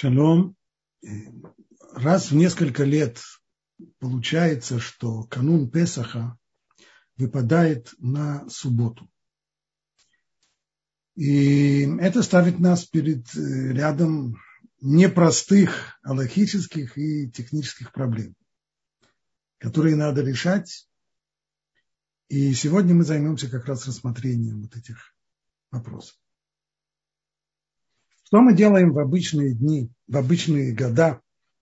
Шалом. Раз в несколько лет получается, что канун Песаха выпадает на субботу. И это ставит нас перед рядом непростых алахических и технических проблем, которые надо решать. И сегодня мы займемся как раз рассмотрением вот этих вопросов. Что мы делаем в обычные дни, в обычные года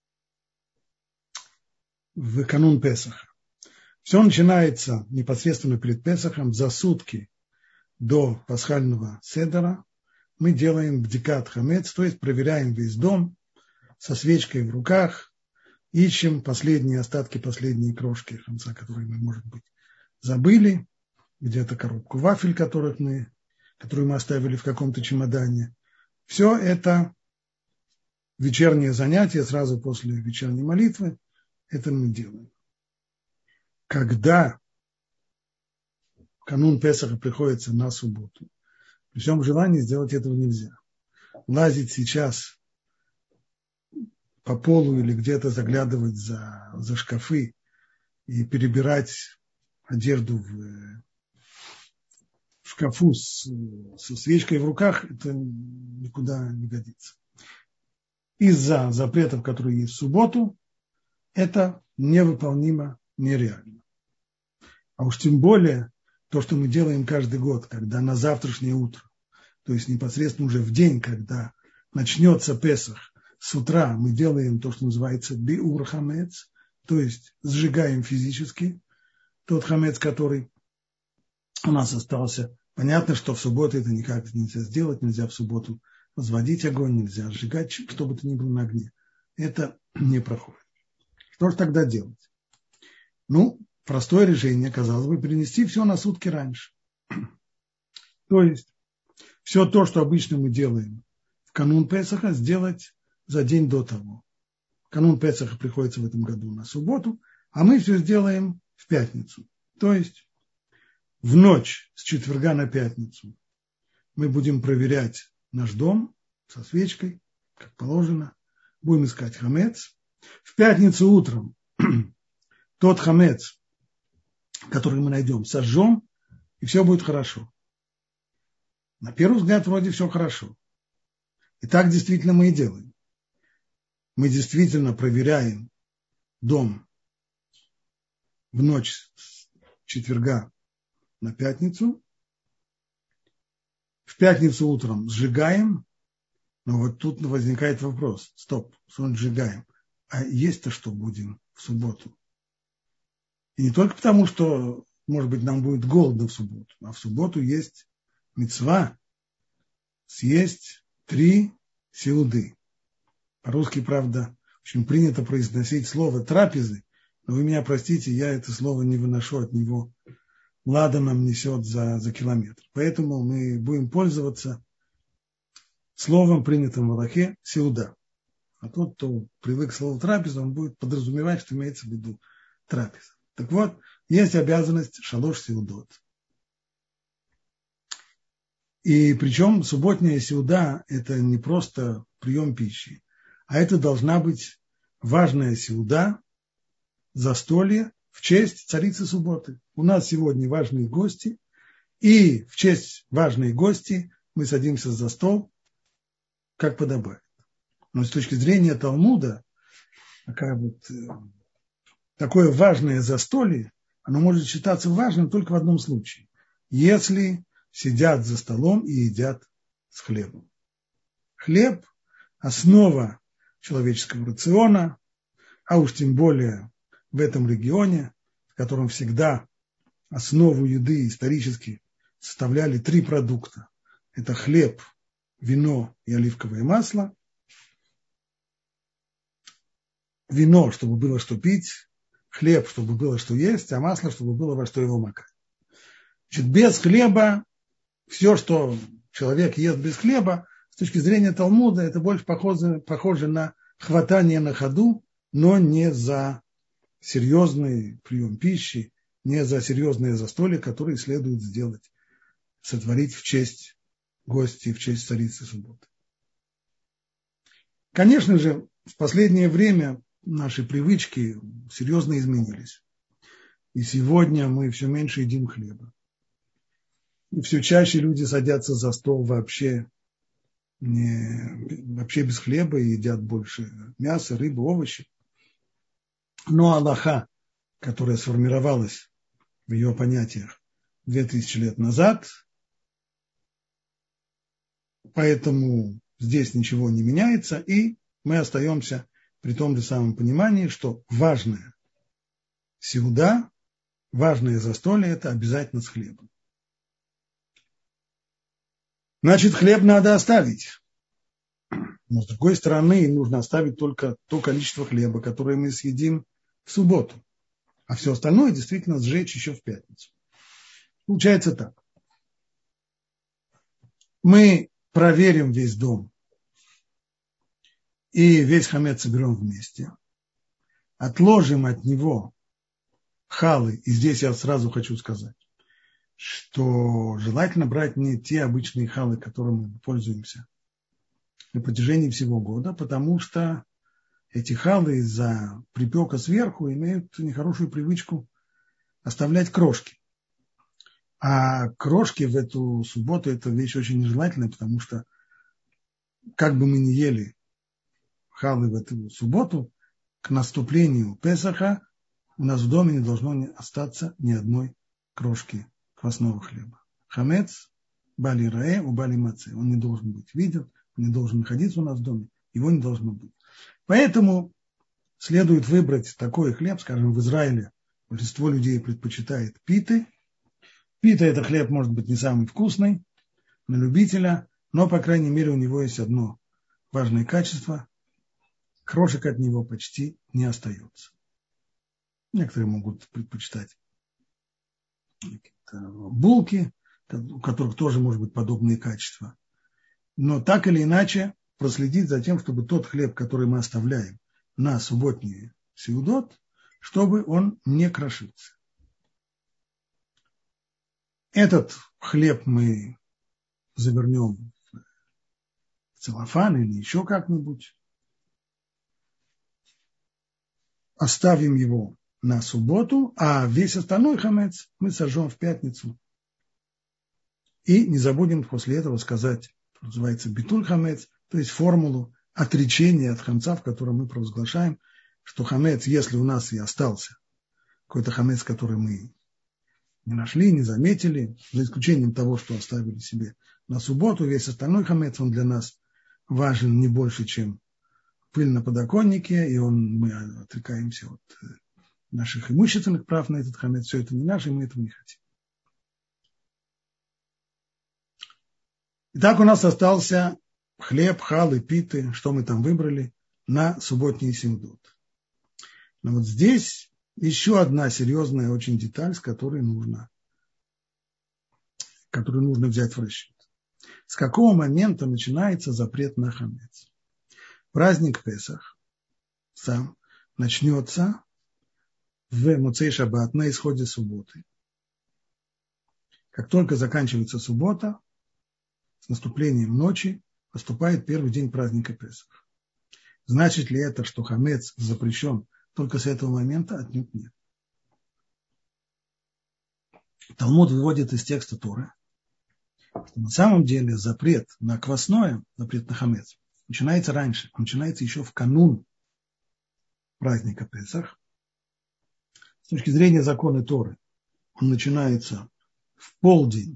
в канун Песаха? Все начинается непосредственно перед Песахом, за сутки до пасхального седера. Мы делаем бдикат хамец, то есть проверяем весь дом со свечкой в руках, ищем последние остатки, последние крошки хамца, которые мы, может быть, забыли, где-то коробку вафель, которую мы оставили в каком-то чемодане. Все это вечернее занятие, сразу после вечерней молитвы, это мы делаем. Когда канун Песаха приходится на субботу, при всем желании сделать этого нельзя. Лазить сейчас по полу или где-то заглядывать за шкафы и перебирать одежду в шкафу со свечкой в руках, это никуда не годится. Из-за запретов, которые есть в субботу, это невыполнимо, нереально. А уж тем более то, что мы делаем каждый год, когда на завтрашнее утро, то есть непосредственно уже в день, когда начнется Песах, с утра мы делаем то, что называется биур хамец, то есть сжигаем физически тот хамец, который у нас остался. Понятно, что в субботу это никак нельзя сделать, нельзя в субботу возводить огонь, нельзя сжигать, что бы то ни было на огне. Это не проходит. Что же тогда делать? Простое решение, казалось бы, перенести все на сутки раньше. То есть все то, что обычно мы делаем в канун Песаха, сделать за день до того. Канун Песаха приходится в этом году на субботу, а мы все сделаем в пятницу. То есть в ночь с четверга на пятницу мы будем проверять наш дом со свечкой, как положено, будем искать хамец. В пятницу утром тот хамец, который мы найдем, сожжем, и все будет хорошо. На первый взгляд вроде все хорошо. И так действительно мы и делаем. Мы действительно проверяем дом в ночь с четверга на пятницу. В пятницу утром сжигаем, но вот тут возникает вопрос. Стоп, что мы сжигаем? А есть-то что будем в субботу? И не только потому, что, может быть, нам будет голодно в субботу, а в субботу есть мицва съесть 3 сеуды. По-русски, правда, очень принято произносить слово трапезы, но вы меня простите, я это слово не выношу, от него ладаном несет за километр. Поэтому мы будем пользоваться словом, принятым в Алахе, сеуда. А тот, кто привык к слову трапеза, он будет подразумевать, что имеется в виду трапеза. Так вот, есть обязанность шалош сеудот. И причем субботняя сеуда – это не просто прием пищи, а это должна быть важная сеуда, застолье в честь царицы субботы. У нас сегодня важные гости, и в честь важной гости мы садимся за стол, как подобает. Но с точки зрения Талмуда, такое важное застолье, оно может считаться важным только в одном случае. Если сидят за столом и едят с хлебом. Хлеб – основа человеческого рациона, а уж тем более в этом регионе, в котором всегда основу еды исторически составляли 3 продукта. Это хлеб, вино и оливковое масло. Вино, чтобы было что пить, хлеб, чтобы было что есть, а масло, чтобы было во что его макать. Значит, без хлеба, все, что человек ест без хлеба, с точки зрения Талмуда, это больше похоже на хватание на ходу, но не за серьезный прием пищи, не за серьезное застолье, которое следует сделать, сотворить в честь гостей, в честь царицы субботы. Конечно же, в последнее время наши привычки серьезно изменились. И сегодня мы все меньше едим хлеба. И все чаще люди садятся за стол вообще без хлеба и едят больше мяса, рыбы, овощи. Но алаха, которая сформировалась в ее понятиях 2000 лет назад, поэтому здесь ничего не меняется, и мы остаемся при том же самом понимании, что важное сеуда, важное застолье – это обязательно с хлебом. Значит, хлеб надо оставить. Но с другой стороны, нужно оставить только то количество хлеба, которое мы съедим в субботу. А все остальное действительно сжечь еще в пятницу. Получается так. Мы проверим весь дом и весь хамец соберем вместе. Отложим от него халы. И здесь я сразу хочу сказать, что желательно брать не те обычные халы, которыми мы пользуемся на протяжении всего года, потому что эти халы из-за припека сверху имеют нехорошую привычку оставлять крошки. А крошки в эту субботу – это вещь очень нежелательная, потому что как бы мы ни ели халы в эту субботу, к наступлению Песаха у нас в доме не должно остаться ни одной крошки квасного хлеба. Хамец, бали рае, у бали маце. Он не должен быть виден, он не должен находиться у нас в доме, его не должно быть. Поэтому следует выбрать такой хлеб, скажем, в Израиле большинство людей предпочитает питы. Пита – это хлеб, может быть, не самый вкусный, на любителя, но, по крайней мере, у него есть одно важное качество – крошек от него почти не остается. Некоторые могут предпочитать булки, у которых тоже может быть подобные качества. Но так или иначе проследить за тем, чтобы тот хлеб, который мы оставляем на субботний сеудот, чтобы он не крошился. Этот хлеб мы завернем в целлофан или еще как-нибудь. Оставим его на субботу, а весь остальной хамец мы сожжем в пятницу. И не забудем после этого сказать, что называется битуль хамец, то есть формулу отречения от хамца, в котором мы провозглашаем, что хамец, если у нас и остался какой-то хамец, который мы не нашли, не заметили, за исключением того, что оставили себе на субботу, весь остальной хамец, он для нас важен не больше, чем пыль на подоконнике, и мы отрекаемся от наших имущественных прав на этот хамец. Все это не наше, и мы этого не хотим. Итак, у нас остался хлеб, халы, питы, что мы там выбрали, на субботний сеудот. Но вот здесь еще одна серьезная очень деталь, с которой нужно взять в расчет. С какого момента начинается запрет на хамец? Праздник Песах сам начнется в Моцей Шаббат, на исходе субботы. Как только заканчивается суббота, с наступлением ночи наступает первый день праздника Песах. Значит ли это, что хамец запрещен только с этого момента? Отнюдь нет. Талмуд выводит из текста Торы, что на самом деле запрет на квасное, запрет на хамец, начинается раньше. Он начинается еще в канун праздника Песах. С точки зрения закона Торы, он начинается в полдень,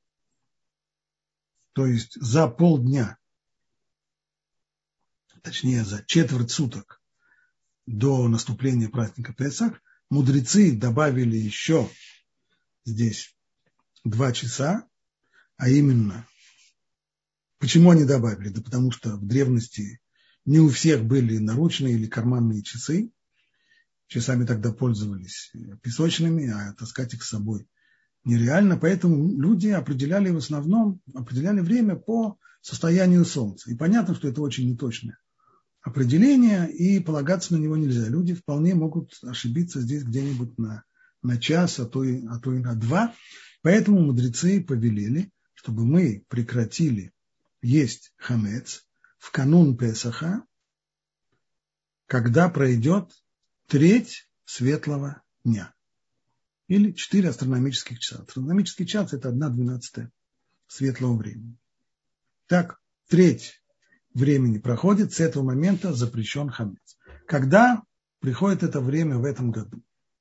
то есть за полдня, точнее за четверть суток до наступления праздника Песах. Мудрецы добавили еще здесь 2 часа, а именно, почему они добавили? Да потому что в древности не у всех были наручные или карманные часы. Часами тогда пользовались песочными, а таскать их с собой нереально. Поэтому люди определяли время по состоянию солнца. И понятно, что это очень неточное определение, и полагаться на него нельзя. Люди вполне могут ошибиться здесь где-нибудь на час, а то и на 2. Поэтому мудрецы повелели, чтобы мы прекратили есть хамец в канун Песаха когда пройдет треть светлого дня. Или 4 астрономических часа. Астрономический час – это 1/12 светлого времени. Так, треть времени проходит, с этого момента запрещен хамец. Когда приходит это время в этом году?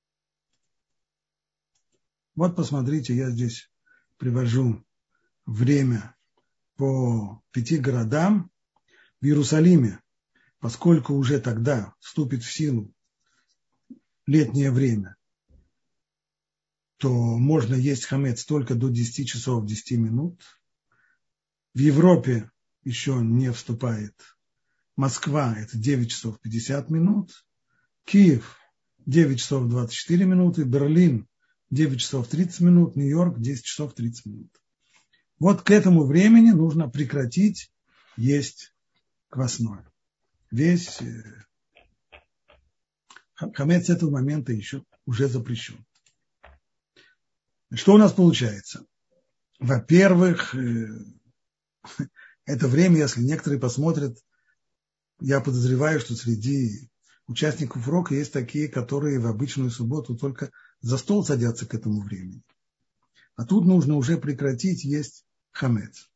Вот посмотрите, я здесь привожу время по 5 городам. В Иерусалиме, поскольку уже тогда вступит в силу летнее время, то можно есть хамец только до 10 часов 10 минут. В Европе еще не вступает. Москва – это 9 часов 50 минут. Киев – 9 часов 24 минуты. Берлин – 9 часов 30 минут. Нью-Йорк – 10 часов 30 минут. Вот к этому времени нужно прекратить есть квасное. Весь хамец с этого момента еще уже запрещен. Что у нас получается? Во-первых, это время, если некоторые посмотрят, я подозреваю, что среди участников урока есть такие, которые в обычную субботу только за стол садятся к этому времени. А тут нужно уже прекратить есть хамец.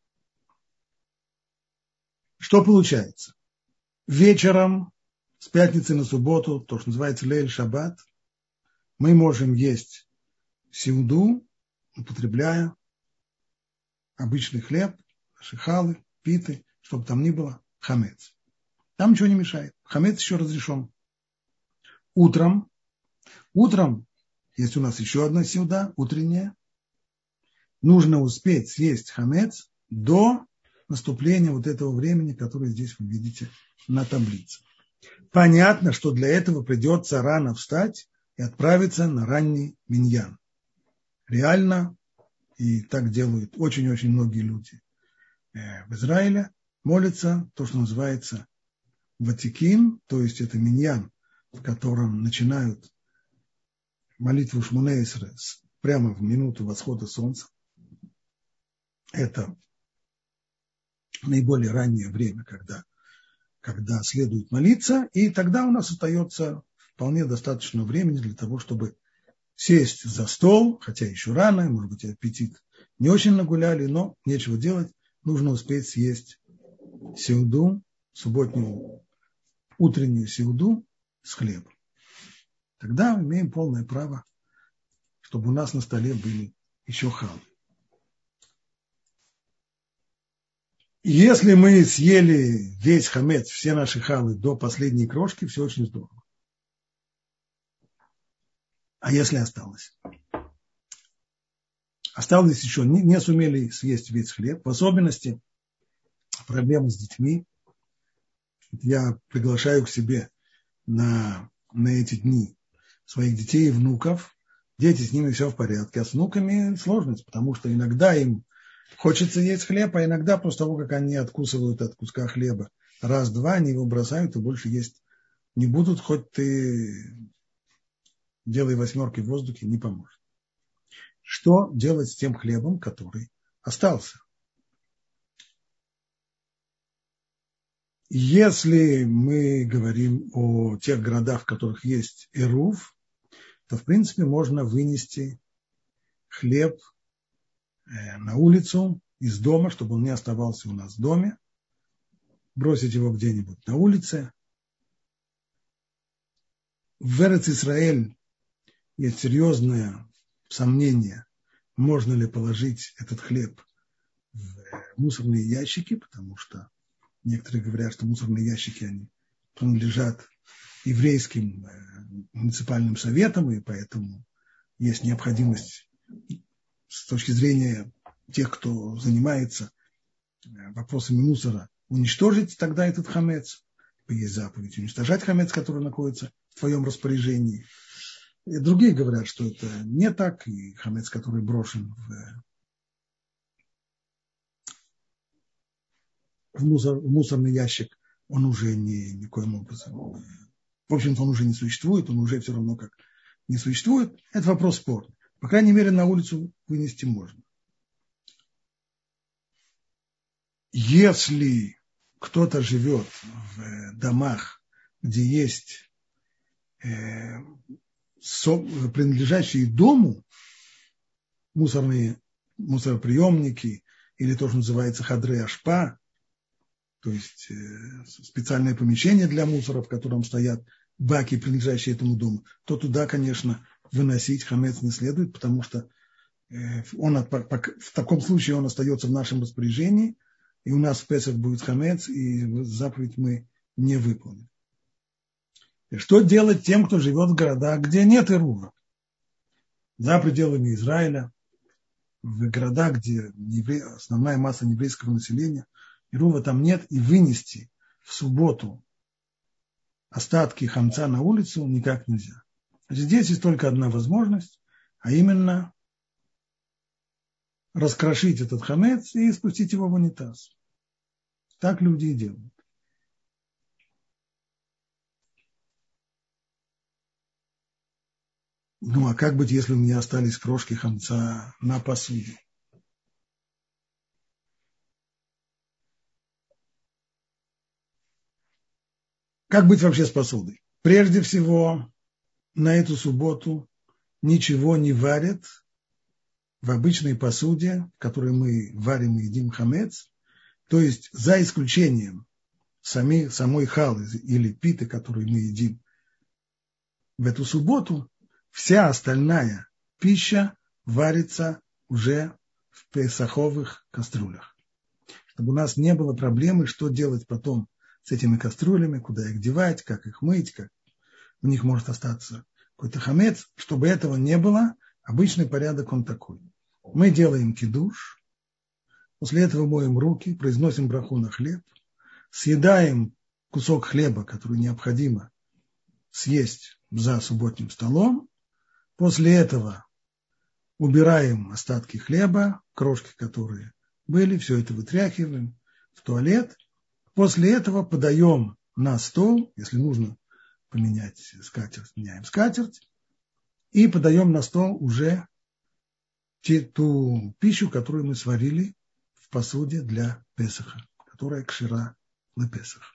Что получается? Вечером с пятницы на субботу, то, что называется лейль-шаббат, мы можем есть сеуду, употребляя обычный хлеб, шихалы, питы, чтобы там ни было, хамец. Там ничего не мешает. Хамец еще разрешен. Утром есть у нас еще одна сеуда, утренняя. Нужно успеть съесть хамец до наступления вот этого времени, которое здесь вы видите на таблице. Понятно, что для этого придется рано встать и отправиться на ранний миньян. Реально, и так делают очень-очень многие люди в Израиле, молятся, то, что называется ватикин, то есть это миньян, в котором начинают молитву Шмоней-Эсрей прямо в минуту восхода солнца. Это наиболее раннее время, когда следует молиться, и тогда у нас остается вполне достаточно времени для того, чтобы сесть за стол, хотя еще рано, может быть, аппетит не очень нагуляли, но нечего делать, нужно успеть съесть сеуду, субботнюю утреннюю сеуду с хлебом. Тогда имеем полное право, чтобы у нас на столе были еще халы. Если мы съели весь хамец, все наши халы до последней крошки, все очень здорово. А если осталось? Осталось еще, не сумели съесть весь хлеб, в особенности проблемы с детьми. Я приглашаю к себе на эти дни своих детей и внуков. Дети, с ними все в порядке, а с внуками сложность, потому что иногда им хочется есть хлеб, а иногда после того, как они откусывают от куска хлеба раз-два, они его бросают и больше есть не будут, хоть ты делай 8 в воздухе, не поможет. Что делать с тем хлебом, который остался? Если мы говорим о тех городах, в которых есть эрув, то, в принципе, можно вынести хлеб на улицу из дома, чтобы он не оставался у нас в доме, бросить его где-нибудь на улице. В Эрец-Исраэль есть серьезное сомнение, можно ли положить этот хлеб в мусорные ящики, потому что некоторые говорят, что мусорные ящики они принадлежат еврейским муниципальным советам, и поэтому есть необходимость с точки зрения тех, кто занимается вопросами мусора, уничтожить тогда этот хамец. Есть заповедь уничтожать хамец, который находится в твоем распоряжении. И другие говорят, что это не так, и хамец, который брошен в мусорный ящик, он уже никоим образом, в общем-то, он уже не существует, он уже все равно как не существует. Это вопрос спорный. По крайней мере, на улицу вынести можно. Если кто-то живет в домах, где есть принадлежащие дому мусороприемники или то, что называется хадрей ашпа, то есть специальное помещение для мусора, в котором стоят баки, принадлежащие этому дому, то туда, конечно, выносить хамец не следует, потому что в таком случае он остается в нашем распоряжении, и у нас в Песах будет хамец, и заповедь мы не выполним. И что делать тем, кто живет в городах, где нет ирува? За пределами Израиля, в городах, где основная масса еврейского населения, ирува там нет, и вынести в субботу остатки хамца на улицу никак нельзя. Значит, здесь есть только одна возможность, а именно раскрошить этот хамец и спустить его в унитаз. Так люди и делают. Ну, а как быть, если у меня остались крошки хамца на посуде? Как быть вообще с посудой? Прежде всего, на эту субботу ничего не варят в обычной посуде, в которой мы варим и едим хамец, то есть за исключением самой халы или питы, которую мы едим в эту субботу, вся остальная пища варится уже в песаховых кастрюлях. Чтобы у нас не было проблемы, что делать потом с этими кастрюлями, куда их девать, как их мыть, как в них может остаться какой-то хамец. Чтобы этого не было, обычный порядок он такой. Мы делаем кидуш, после этого моем руки, произносим браху на хлеб, съедаем кусок хлеба, который необходимо съесть за субботним столом. После этого убираем остатки хлеба, крошки, которые были, все это вытряхиваем в туалет. После этого подаем на стол, если нужно поменять скатерть, меняем скатерть, и подаем на стол уже ту пищу, которую мы сварили в посуде для Песаха, которая кшира на Песах.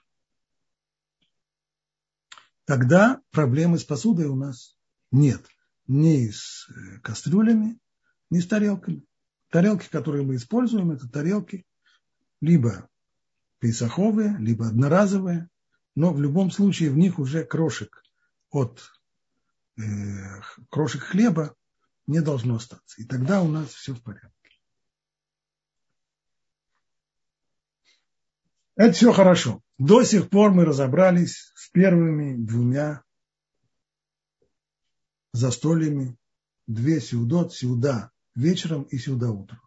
Тогда проблемы с посудой у нас нет. Ни с кастрюлями, ни с тарелками. Тарелки, которые мы используем, это тарелки либо пейсаховые, либо одноразовые, но в любом случае в них уже крошек хлеба не должно остаться. И тогда у нас все в порядке. Это все хорошо. До сих пор мы разобрались с первыми двумя застольями. 2 сеудот, сеуда вечером и сеуда утром.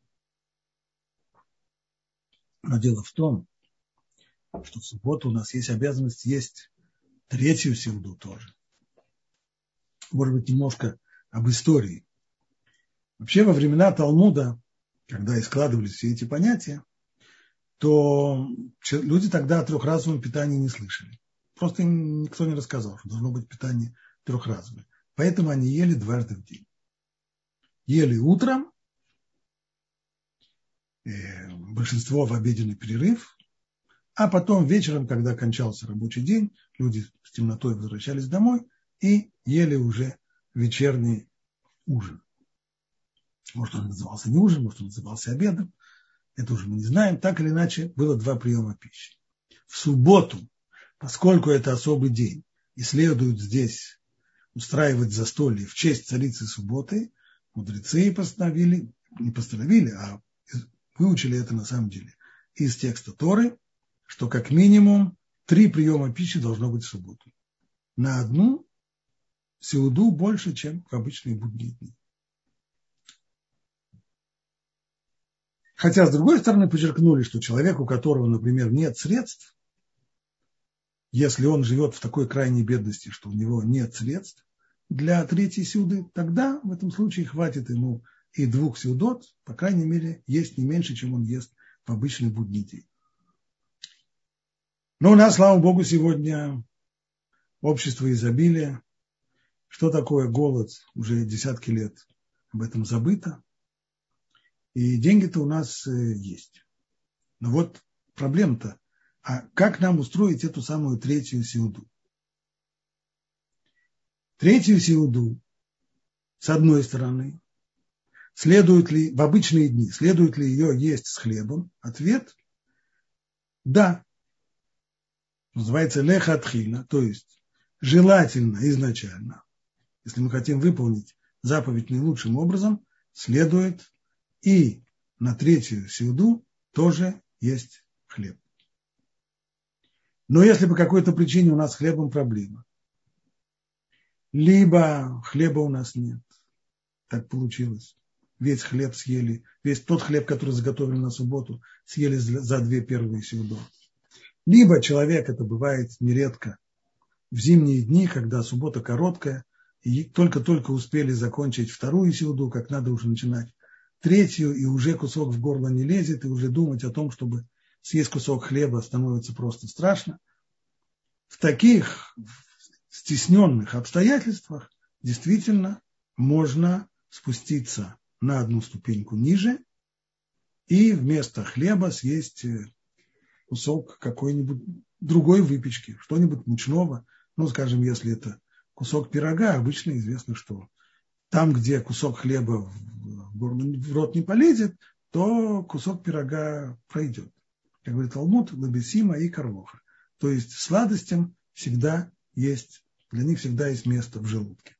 Но дело в том, что в субботу у нас есть обязанность есть 3-ю сеуду тоже. Может быть, немножко об истории. Вообще, во времена Талмуда, когда и складывались все эти понятия, то люди тогда о 3-разовом питании не слышали. Просто им никто не рассказал, что должно быть питание 3-разовое. Поэтому они ели дважды в день. Ели утром, большинство в обеденный перерыв, а потом вечером, когда кончался рабочий день, люди с темнотой возвращались домой и ели уже вечерний ужин. Может, он назывался не ужин, может, он назывался обедом. Это уже мы не знаем. Так или иначе, было 2 приема пищи. В субботу, поскольку это особый день, и следует здесь устраивать застолье в честь царицы субботы, мудрецы не постановили, а выучили это на самом деле из текста Торы, что как минимум 3 приема пищи должно быть в субботу. На одну сеуду больше, чем в обычные будние дни. Хотя, с другой стороны, подчеркнули, что человек, у которого, например, нет средств, если он живет в такой крайней бедности, что у него нет средств для 3-й сеуды, тогда в этом случае хватит ему и 2 сеудот, по крайней мере, есть не меньше, чем он ест в обычный будний день. Но у нас, слава Богу, сегодня общество изобилия. Что такое голод? Уже десятки лет об этом забыто. И деньги-то у нас есть. Но вот проблема-то А как нам устроить эту самую третью сеуду? Третью сеуду, с одной стороны, следует ли в обычные дни, следует ли ее есть с хлебом? Ответ – да. Называется лехатхила, то есть желательно изначально, если мы хотим выполнить заповедь наилучшим образом, следует и на третью сеуду тоже есть хлеб. Но если по какой-то причине у нас с хлебом проблема, либо хлеба у нас нет, так получилось, весь хлеб съели, весь тот хлеб, который заготовили на субботу, съели за 2 первые сеуды. Либо человек, это бывает нередко, в зимние дни, когда суббота короткая, и только-только успели закончить вторую сеуду, как надо уже начинать третью, и уже кусок в горло не лезет, и уже думать о том, чтобы съесть кусок хлеба, становится просто страшно. В таких стесненных обстоятельствах действительно можно спуститься на одну ступеньку ниже и вместо хлеба съесть кусок какой-нибудь другой выпечки, что-нибудь мучного. Ну, скажем, если это кусок пирога, обычно известно, что там, где кусок хлеба в рот не полезет, то кусок пирога пройдет. Как говорит Талмуд, лабесима и карлоха. То есть сладостям всегда есть, для них всегда есть место в желудке.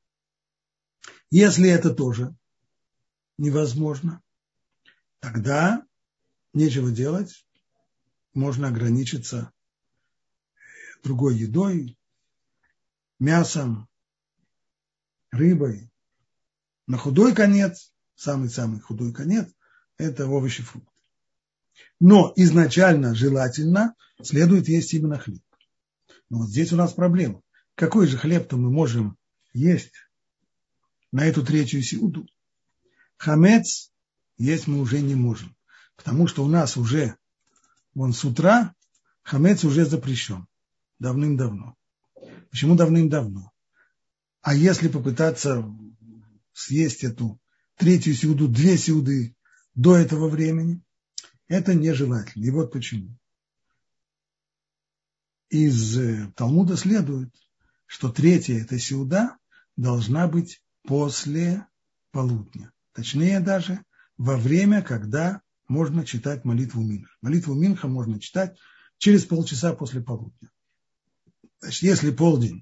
Если это тоже невозможно, тогда нечего делать, можно ограничиться другой едой, мясом, рыбой. На худой конец, самый-самый худой конец, это овощи, фрукты. Но изначально желательно следует есть именно хлеб. Но вот здесь у нас проблема. Какой же хлеб-то мы можем есть на эту третью сеуду? Хамец есть мы уже не можем. Потому что у нас уже, вон с утра, хамец уже запрещен. Давным-давно. Почему давным-давно? А если попытаться съесть эту третью сеуду, 2 сеуды до этого времени, это нежелательно. И вот почему. Из Талмуда следует, что третья эта сеуда должна быть после полудня. Точнее даже во время, когда можно читать молитву Минха. Молитву Минха можно читать через полчаса после полудня. Значит, если полдень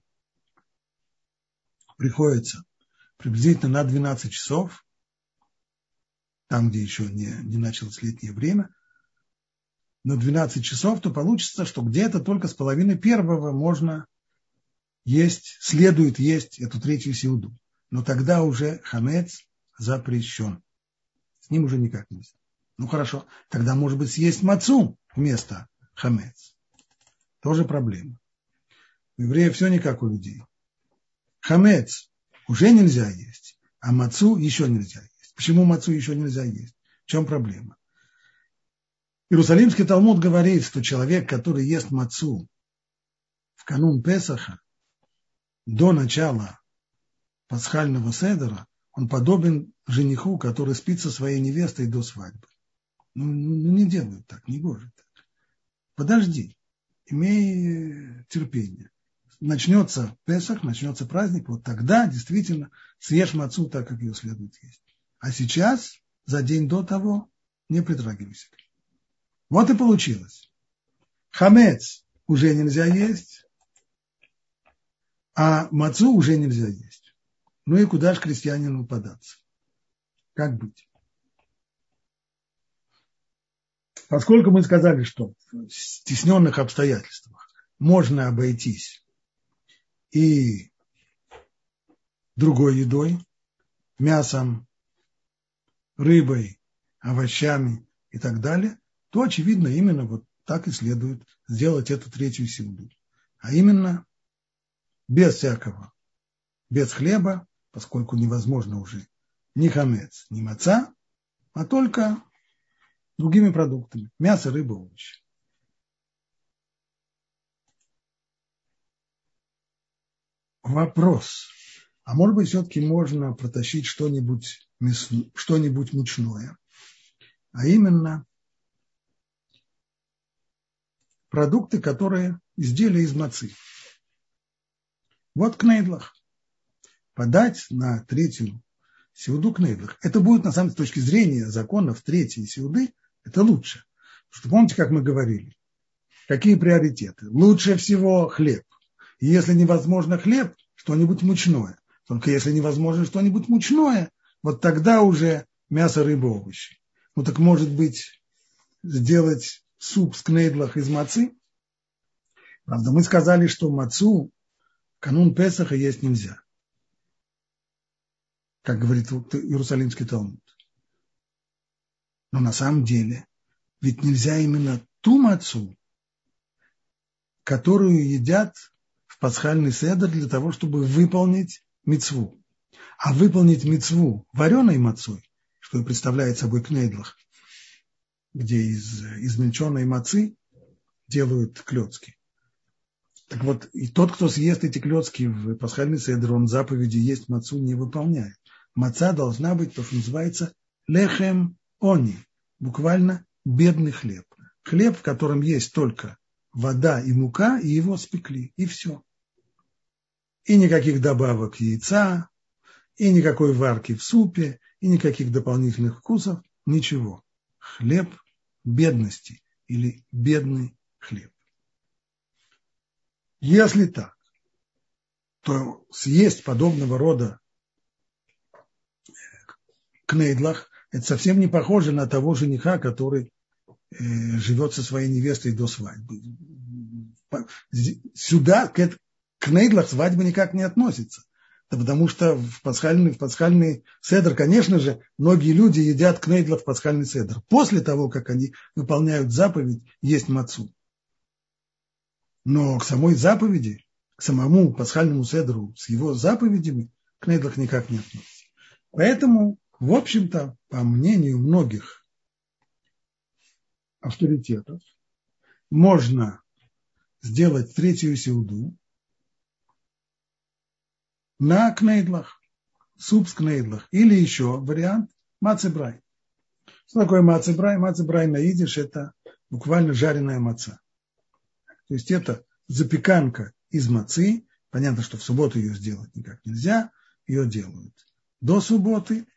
приходится приблизительно на 12 часов, там, где еще не началось летнее время, на 12 часов, то получится, что где-то только с половины первого можно есть, следует есть эту третью сеуду. Но тогда уже хамец запрещен. С ним уже никак нельзя. Ну хорошо, тогда может быть съесть мацу вместо хамец. Тоже проблема. У евреев все не как у людей. Хамец уже нельзя есть, а мацу еще нельзя есть. Почему мацу еще нельзя есть? В чем проблема? Иерусалимский Талмуд говорит, что человек, который ест мацу в канун Песаха до начала пасхального седера, он подобен жениху, который спит со своей невестой до свадьбы. Ну не делай так, не гоже так. Подожди, имей терпение. Начнется Песах, начнется праздник, вот тогда действительно съешь мацу так, как ее следует есть. А сейчас, за день до того, не притрагивайся. Вот и получилось. Хамец уже нельзя есть, а мацу уже нельзя есть. Ну и куда же крестьянину податься? Как быть? Поскольку мы сказали, что в стесненных обстоятельствах можно обойтись и другой едой, мясом, рыбой, овощами и так далее, то, очевидно, именно вот так и следует сделать эту третью сеуду. А именно без хлеба, поскольку невозможно уже ни хамец, ни маца, а только другими продуктами. Мясо, рыба, овощи. Вопрос. А может быть, все-таки можно протащить что-нибудь мучное? А именно продукты, которые изделия из мацы. Вот кнейдлах. Подать на третью сеуду кнейдлах. Это будет, на самом деле, с точки зрения законов третьей сеуды, это лучше. Потому что помните, как мы говорили? Какие приоритеты? Лучше всего хлеб. И если невозможно хлеб, что-нибудь мучное. Только если невозможно что-нибудь мучное, вот тогда уже мясо, рыба, овощи. Ну так может быть сделать суп с кнейдлах из мацы? Правда, мы сказали, что мацу в канун Песаха есть нельзя. Как говорит Иерусалимский Талмуд. Но на самом деле ведь нельзя именно ту мацу, которую едят в пасхальный седер для того, чтобы выполнить мицву. А выполнить мицву вареной мацой, что и представляет собой кнейдлах, где из измельченной мацы делают клёцки. Так вот, и тот, кто съест эти клёцки в пасхальный седер, он заповеди есть мацу не выполняет. Маца должна быть то, что называется лехем они, буквально бедный хлеб. Хлеб, в котором есть только вода и мука, и его спекли, и все. И никаких добавок яйца, и никакой варки в супе, и никаких дополнительных вкусов, ничего. Хлеб бедности или бедный хлеб. Если так, то съесть подобного рода кнейдлах, это совсем не похоже на того жениха, который живет со своей невестой до свадьбы. Сюда к кнейдлах свадьба никак не относится. Да потому что в пасхальный седер, конечно же, многие люди едят кнейдлах в пасхальный седер. После того, как они выполняют заповедь есть мацу. Но к самой заповеди, к самому пасхальному седеру с его заповедями кнейдлах никак не относится. Поэтому, в общем-то, по мнению многих авторитетов, можно сделать третью сеуду на кнейдлах, суп с кнейдлах, или еще вариант мацебрай. Что такое мацебрай? Мацебрай на идиш – это буквально жареная маца. То есть это запеканка из мацы. Понятно, что в субботу ее сделать никак нельзя. Ее делают до субботы.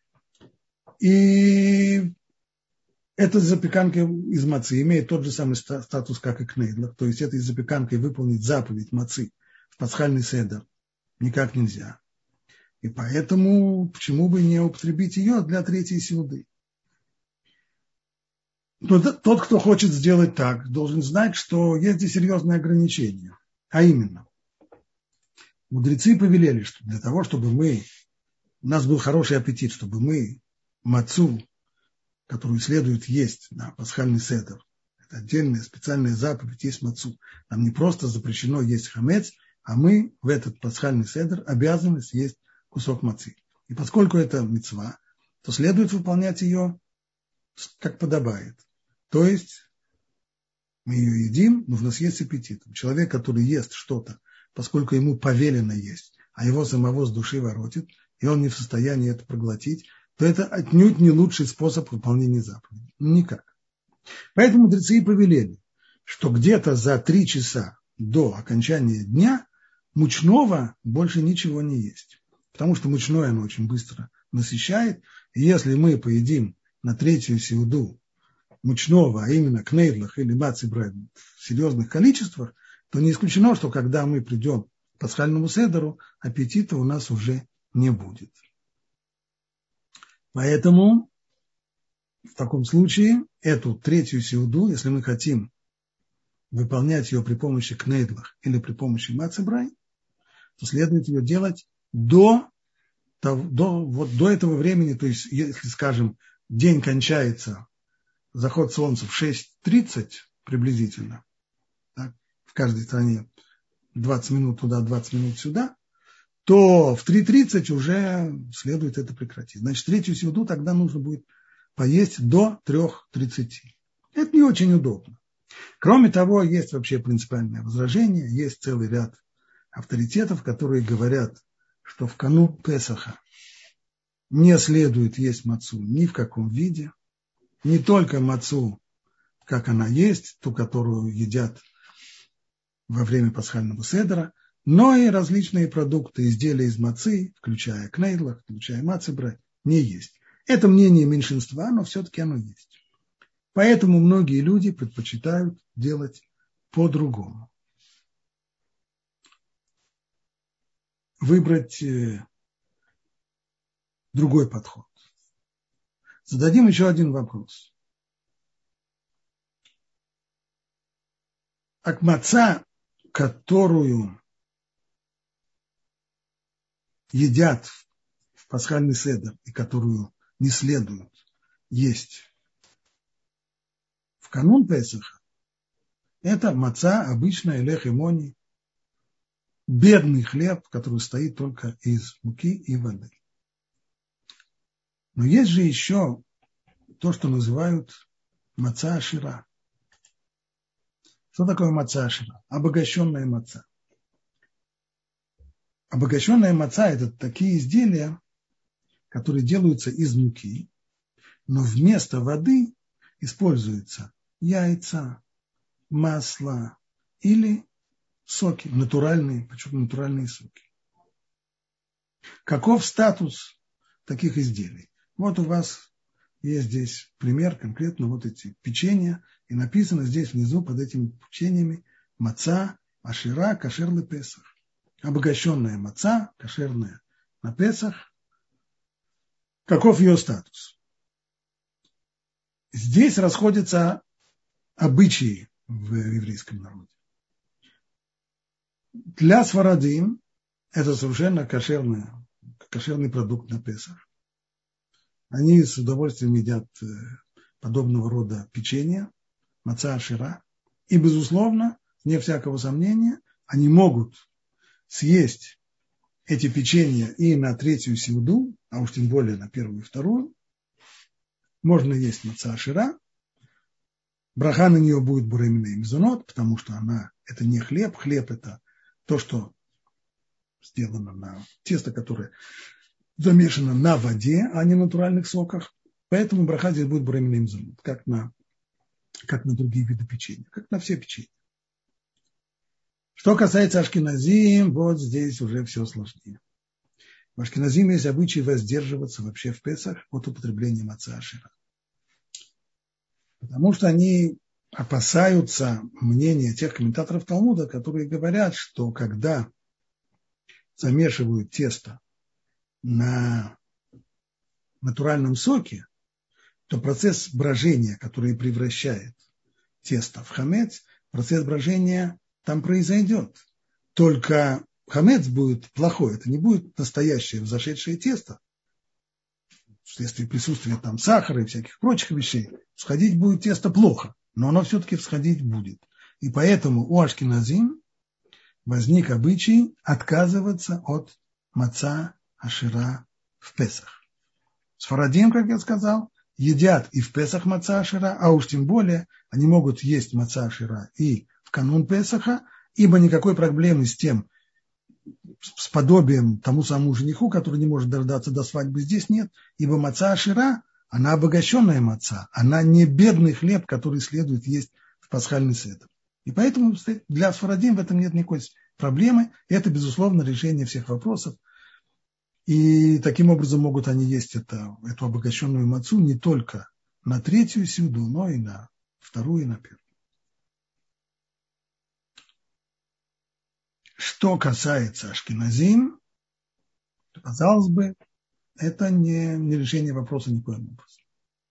И эта запеканка из мацы имеет тот же самый статус, как и кнейдлах. То есть этой запеканкой выполнить заповедь мацы в пасхальный седер никак нельзя. И поэтому почему бы не употребить ее для третьей сеуды? Но тот, кто хочет сделать так, должен знать, что есть здесь серьезные ограничения. А именно, мудрецы повелели, что для того, чтобы у нас был хороший аппетит, чтобы мы мацу, которую следует есть на пасхальный седер, это отдельная специальная заповедь, есть мацу. Нам не просто запрещено есть хамец, а мы в этот пасхальный седер обязаны съесть кусок мацы. И поскольку это мицва, то следует выполнять ее как подобает. То есть мы ее едим, нужно съесть с аппетитом. Человек, который ест что-то, поскольку ему повелено есть, а его самого с души воротит, и он не в состоянии это проглотить, то это отнюдь не лучший способ выполнения заповеди. Никак. Поэтому мудрецы и повелели, что где-то за 3 часа до окончания дня мучного больше ничего не есть. Потому что мучное оно очень быстро насыщает. И если мы поедим на третью сеуду мучного, а именно кнейдлах или мацебрай в серьезных количествах, то не исключено, что когда мы придем к пасхальному седеру, аппетита у нас уже не будет. Поэтому в таком случае эту третью сеуду, если мы хотим выполнять ее при помощи кнейдлах или при помощи мацебрай, то следует ее делать до этого времени, то есть, если, скажем, день кончается, заход солнца в 6:30 приблизительно, так, в каждой стране 20 минут туда, 20 минут сюда, то в 3:30 уже следует это прекратить. Значит, третью сеуду тогда нужно будет поесть до 3:30. Это не очень удобно. Кроме того, есть вообще принципиальное возражение, есть целый ряд авторитетов, которые говорят, что в канун Песаха не следует есть мацу ни в каком виде, не только мацу, как она есть, ту, которую едят во время пасхального седера, но и различные продукты, изделия из мацы, включая кнейдлах, включая мацебре, не есть. Это мнение меньшинства, но все-таки оно есть. Поэтому многие люди предпочитают делать по-другому. Выбрать другой подход. Зададим еще один вопрос. Маца, которую едят в пасхальный седер и которую не следует есть в канун Песаха, это маца, обычная лех и мони, бедный хлеб, который стоит только из муки и воды. Но есть же еще то, что называют маца ашира. Что такое маца ашира? Обогащенная маца. Обогащенная маца – это такие изделия, которые делаются из муки, но вместо воды используются яйца, масло или соки, натуральные, почему натуральные соки. Каков статус таких изделий? Вот у вас есть здесь пример, конкретно вот эти печенья, и написано здесь внизу под этими печеньями маца, ашира, кашер ле Песах. Обогащенная маца, кошерная на Песах. Каков ее статус? Здесь расходятся обычаи в еврейском народе. Для сфарадим это совершенно кошерный продукт на Песах. Они с удовольствием едят подобного рода печенье, маца ашира. И, безусловно, вне всякого сомнения, они могут съесть эти печенья и на третью сеуду, а уж тем более на первую и вторую. Можно есть маца ашира. Браха на нее будет буремина и мезонот, потому что это не хлеб. Хлеб – это то, что сделано на тесто, которое замешано на воде, а не на натуральных соках. Поэтому браха здесь будет буремина и мезонот, как на другие виды печенья, как на все печенья. Что касается ашкеназим, вот здесь уже все сложнее. В ашкеназим есть обычай воздерживаться вообще в Песах от употребления маца ашира. Потому что они опасаются мнения тех комментаторов Талмуда, которые говорят, что когда замешивают тесто на натуральном соке, то процесс брожения, который превращает тесто в хамец, процесс брожения там произойдет. Только хамец будет плохой, это не будет настоящее взошедшее тесто. Вследствие присутствия там сахара и всяких прочих вещей, всходить будет тесто плохо, но оно все-таки всходить будет. И поэтому у ашкеназим возник обычай отказываться от маца ашира в Песах. Сфарадим, как я сказал, едят и в Песах маца ашира, а уж тем более они могут есть маца ашира и в канун Песаха, ибо никакой проблемы с тем, с подобием тому самому жениху, который не может дождаться до свадьбы, здесь нет, ибо маца ашира, она обогащенная маца, она не бедный хлеб, который следует есть в пасхальный седер. И поэтому для сфарадим в этом нет никакой проблемы, это, безусловно, решение всех вопросов. И таким образом могут они есть эту обогащенную мацу не только на третью сеуду, но и на вторую и на первую. Что касается ашкеназим, казалось бы, это не решение вопроса никоим образом.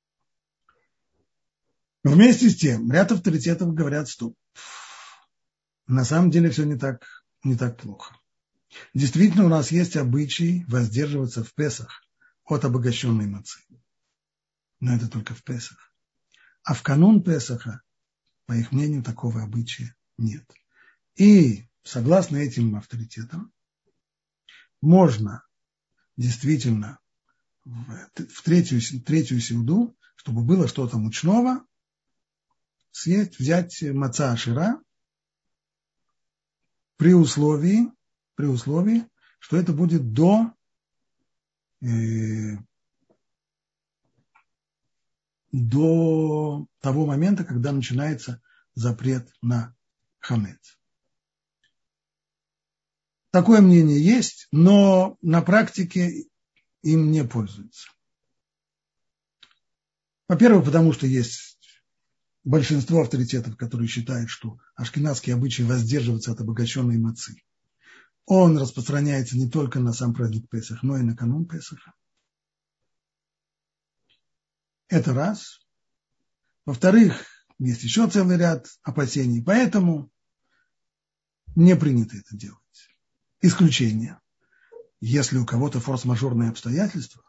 Но вместе с тем, ряд авторитетов говорят, что на самом деле все не так плохо. Действительно, у нас есть обычай воздерживаться в Песах от обогащенной мацы. Но это только в Песах. А в канун Песаха, по их мнению, такого обычая нет. И согласно этим авторитетам, можно действительно в третью сеуду, чтобы было что-то мучного, взять маца ашира при условии, что это будет до того момента, когда начинается запрет на хамец. Такое мнение есть, но на практике им не пользуются. Во-первых, потому что есть большинство авторитетов, которые считают, что ашкеназский обычай воздерживаться от обогащенной мацы. Он распространяется не только на сам праздник Песах, но и на канун Песаха. Это раз. Во-вторых, есть еще целый ряд опасений, поэтому не принято это делать. Исключение. Если у кого-то форс-мажорные обстоятельства,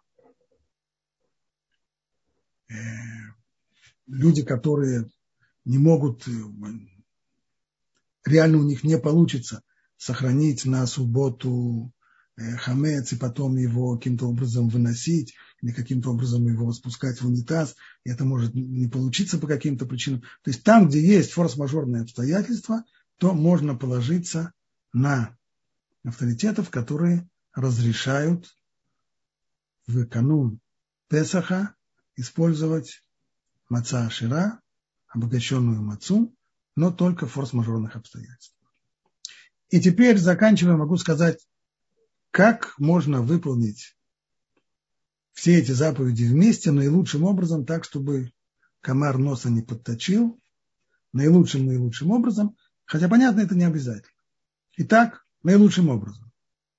люди, которые не могут, реально у них не получится сохранить на субботу хамец и потом его каким-то образом выносить или каким-то образом его спускать в унитаз, и это может не получиться по каким-то причинам. То есть там, где есть форс-мажорные обстоятельства, то можно положиться на авторитетов, которые разрешают в канун Песаха использовать маца ашира, обогащенную мацу, но только в форс-мажорных обстоятельствах. И теперь, заканчивая, могу сказать, как можно выполнить все эти заповеди вместе наилучшим образом, так, чтобы комар носа не подточил, наилучшим образом, хотя, понятно, это не обязательно. Итак, наилучшим образом.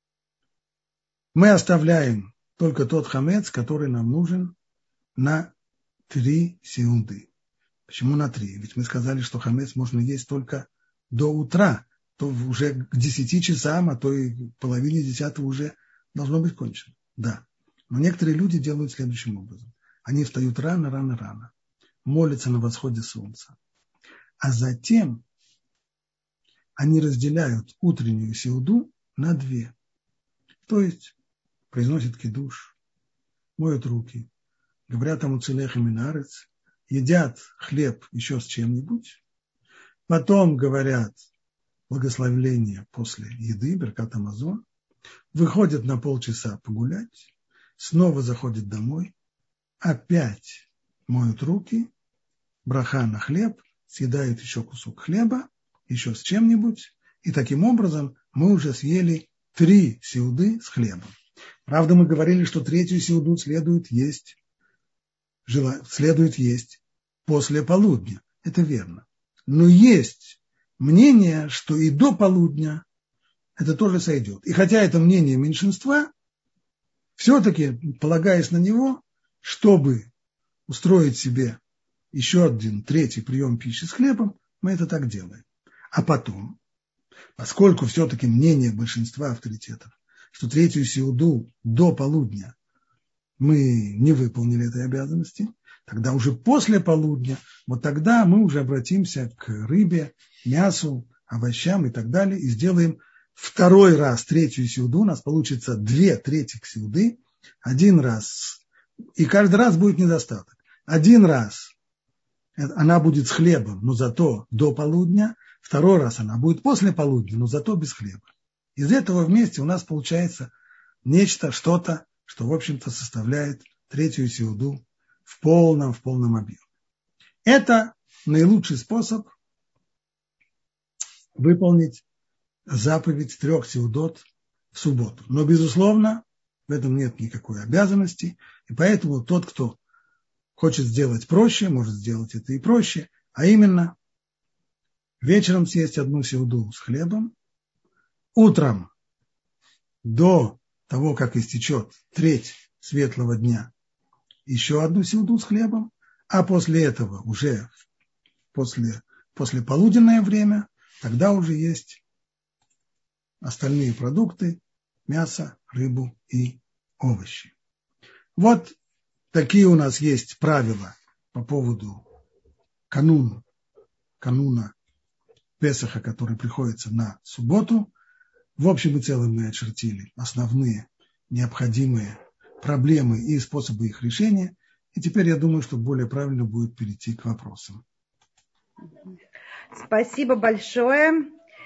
Мы оставляем только тот хамец, который нам нужен на 3 сеунды. Почему на 3? Ведь мы сказали, что хамец можно есть только до утра, то уже к 10 часам, а то и половине 10 уже должно быть кончено. Да. Но некоторые люди делают следующим образом. Они встают рано, молятся на восходе солнца. А затем они разделяют утреннюю сеуду на 2. То есть произносят кидуш, моют руки, говорят ему целех и минарец, едят хлеб еще с чем-нибудь, потом говорят благословление после еды, беркат амазон, выходят на полчаса погулять, снова заходят домой, опять моют руки, браха на хлеб, съедают еще кусок хлеба, еще с чем-нибудь, и таким образом мы уже съели 3 сеуды с хлебом. Правда, мы говорили, что 3-ю сеуду следует есть после полудня. Это верно. Но есть мнение, что и до полудня это тоже сойдет. И хотя это мнение меньшинства, все-таки, полагаясь на него, чтобы устроить себе еще один 3-й прием пищи с хлебом, мы это так делаем. А потом, поскольку все-таки мнение большинства авторитетов, что 3-ю сеуду до полудня мы не выполнили этой обязанности, тогда уже после полудня, вот тогда мы уже обратимся к рыбе, мясу, овощам и так далее, и сделаем второй раз 3-ю сеуду, у нас получится 2/3 сеуды, один раз, и каждый раз будет недостаток. Один раз она будет с хлебом, но зато до полудня, второй раз она будет после полудня, но зато без хлеба. Из этого вместе у нас получается нечто, что-то, что, в общем-то, составляет 3-ю сеуду в полном объеме. Это наилучший способ выполнить заповедь 3 сеудот в субботу. Но, безусловно, в этом нет никакой обязанности, и поэтому тот, кто хочет сделать проще, может сделать это и проще, а именно вечером съесть 1 сеуду с хлебом, утром до того, как истечет 1/3 светлого дня, еще 1 сеуду с хлебом, а после этого уже после полуденное время, тогда уже есть остальные продукты, мясо, рыбу и овощи. Вот такие у нас есть правила по поводу кануна Песаха, который приходится на субботу. В общем и целом мы очертили основные необходимые проблемы и способы их решения. И теперь я думаю, что более правильно будет перейти к вопросам. Спасибо большое.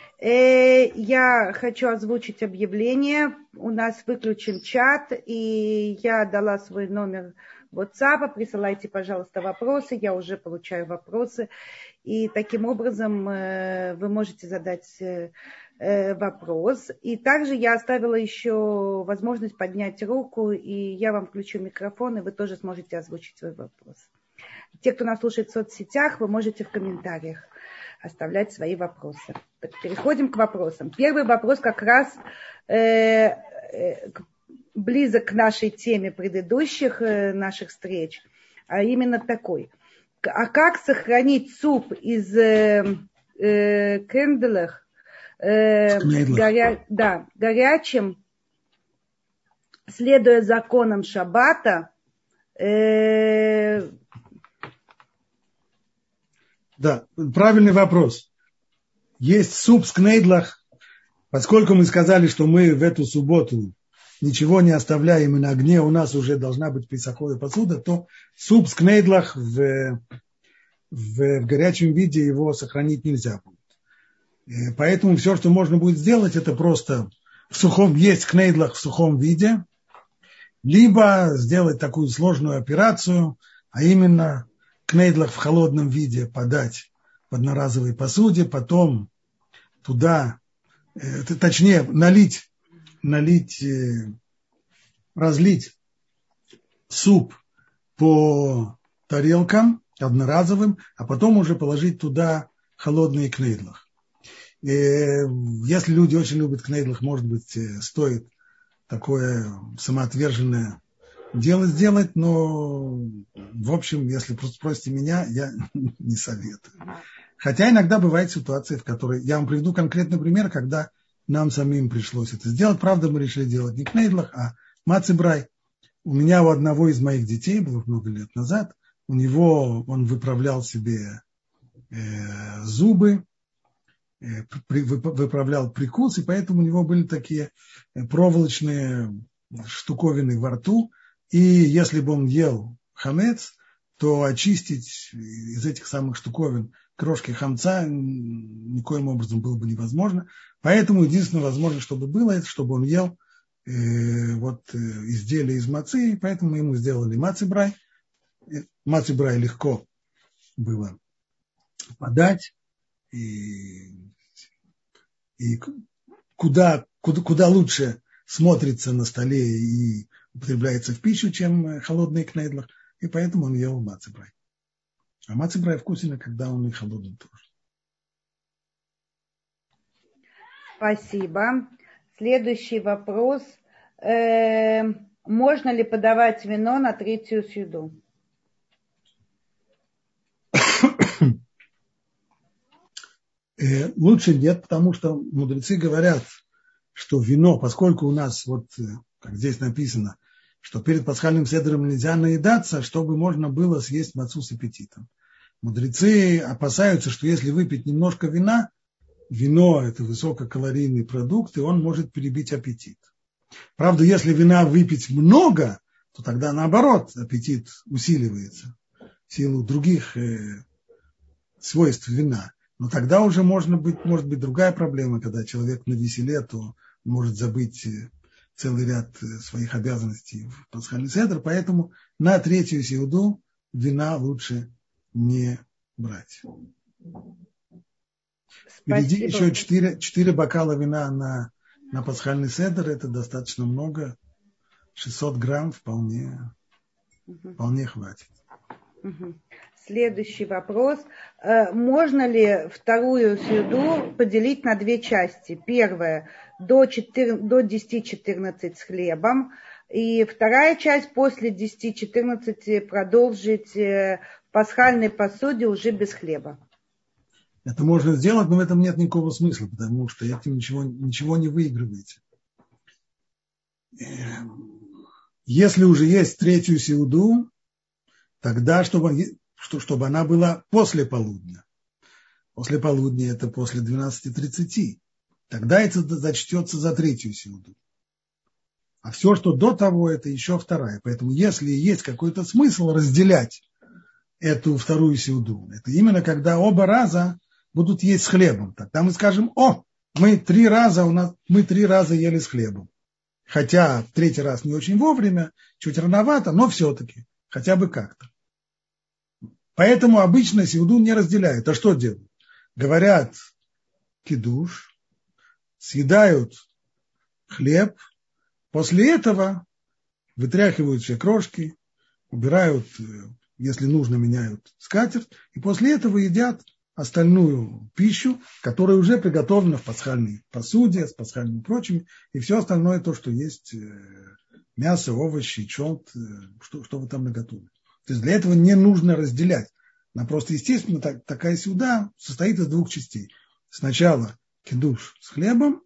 Я хочу озвучить объявление. У нас выключен чат, и я дала свой номер WhatsApp. Присылайте, пожалуйста, вопросы. Я уже получаю вопросы. И таким образом вы можете задать вопрос. И также я оставила еще возможность поднять руку, и я вам включу микрофон, и вы тоже сможете озвучить свой вопрос. Те, кто нас слушает в соцсетях, вы можете в комментариях оставлять свои вопросы. Так, переходим к вопросам. Первый вопрос как раз близок к нашей теме предыдущих наших встреч, а именно такой. А как сохранить суп из кенделах горячим, следуя законам шаббата? Да, правильный вопрос. Есть суп с кнейдлах, поскольку мы сказали, что мы в эту субботу ничего не оставляем, и на огне у нас уже должна быть песаховая посуда, то суп с кнейдлах в горячем виде его сохранить нельзя будет. И поэтому все, что можно будет сделать, это просто есть кнейдлах в сухом виде, либо сделать такую сложную операцию, а именно кнейдлах в холодном виде подать в одноразовой посуде, потом туда, точнее, разлить суп по тарелкам одноразовым, а потом уже положить туда холодные кнейдлах. Если люди очень любят кнейдлах, может быть, стоит такое самоотверженное дело сделать, но, в общем, если просто спросите меня, я не советую. Хотя иногда бывают ситуации, в которой, я вам приведу конкретный пример, когда нам самим пришлось это сделать. Правда, мы решили делать не кнейдлах, а мацибрай. У меня у одного из моих детей, было много лет назад, он выправлял себе зубы, выправлял прикус, и поэтому у него были такие проволочные штуковины во рту, и если бы он ел хамец, то очистить из этих самых штуковин крошки хамца никоим образом было бы невозможно. Поэтому единственное возможное, чтобы было, это чтобы он ел изделия из мацы, и поэтому мы ему сделали мацибрай. Мацибрай легко было подать, и куда лучше смотрится на столе и употребляется в пищу, чем холодный кнейдлах, и поэтому он ел мацибрай. А мацибрай вкусен, когда он и холодный тоже. Спасибо. Следующий вопрос. Можно ли подавать вино на третью сюду? Лучше нет, потому что мудрецы говорят, что вино, поскольку у нас, как здесь написано, что перед пасхальным седером нельзя наедаться, чтобы можно было съесть мацу с аппетитом. Мудрецы опасаются, что если выпить немножко вина, вино – это высококалорийный продукт, и он может перебить аппетит. Правда, если вина выпить много, то тогда наоборот аппетит усиливается в силу других свойств вина. Но тогда уже может быть другая проблема, когда человек навеселе, то может забыть целый ряд своих обязанностей в пасхальный седер, поэтому на третью сеуду вина лучше не брать. Впереди еще 4 бокала вина на пасхальный седер, это достаточно много, 600 грамм вполне хватит. Следующий вопрос. Можно ли вторую среду поделить на 2 части? Первая до 10-14 с хлебом, и вторая часть после 10-14 продолжить в пасхальной посуде уже без хлеба. Это можно сделать, но в этом нет никакого смысла, потому что этим ничего не выигрываете. Если уже есть третью сеуду, тогда чтобы она была после полудня. После полудня это после 12:30. Тогда это зачтется за третью сеуду. А все, что до того, это еще вторая. Поэтому если есть какой-то смысл разделять эту вторую сеуду, это именно когда оба раза будут есть с хлебом. Тогда мы скажем: мы 3 раза ели с хлебом. Хотя в 3-й раз не очень вовремя, чуть рановато, но все-таки, хотя бы как-то. Поэтому обычно сеуду не разделяют. А что делают? Говорят кидуш, съедают хлеб, после этого вытряхивают все крошки, убирают, если нужно, меняют скатерть, и после этого едят остальную пищу, которая уже приготовлена в пасхальной посуде, с пасхальными прочими, и все остальное то, что есть мясо, овощи, чёрт, что вы там наготовили. То есть для этого не нужно разделять. Она просто, естественно, такая сюда состоит из двух частей. Сначала кидуш с хлебом,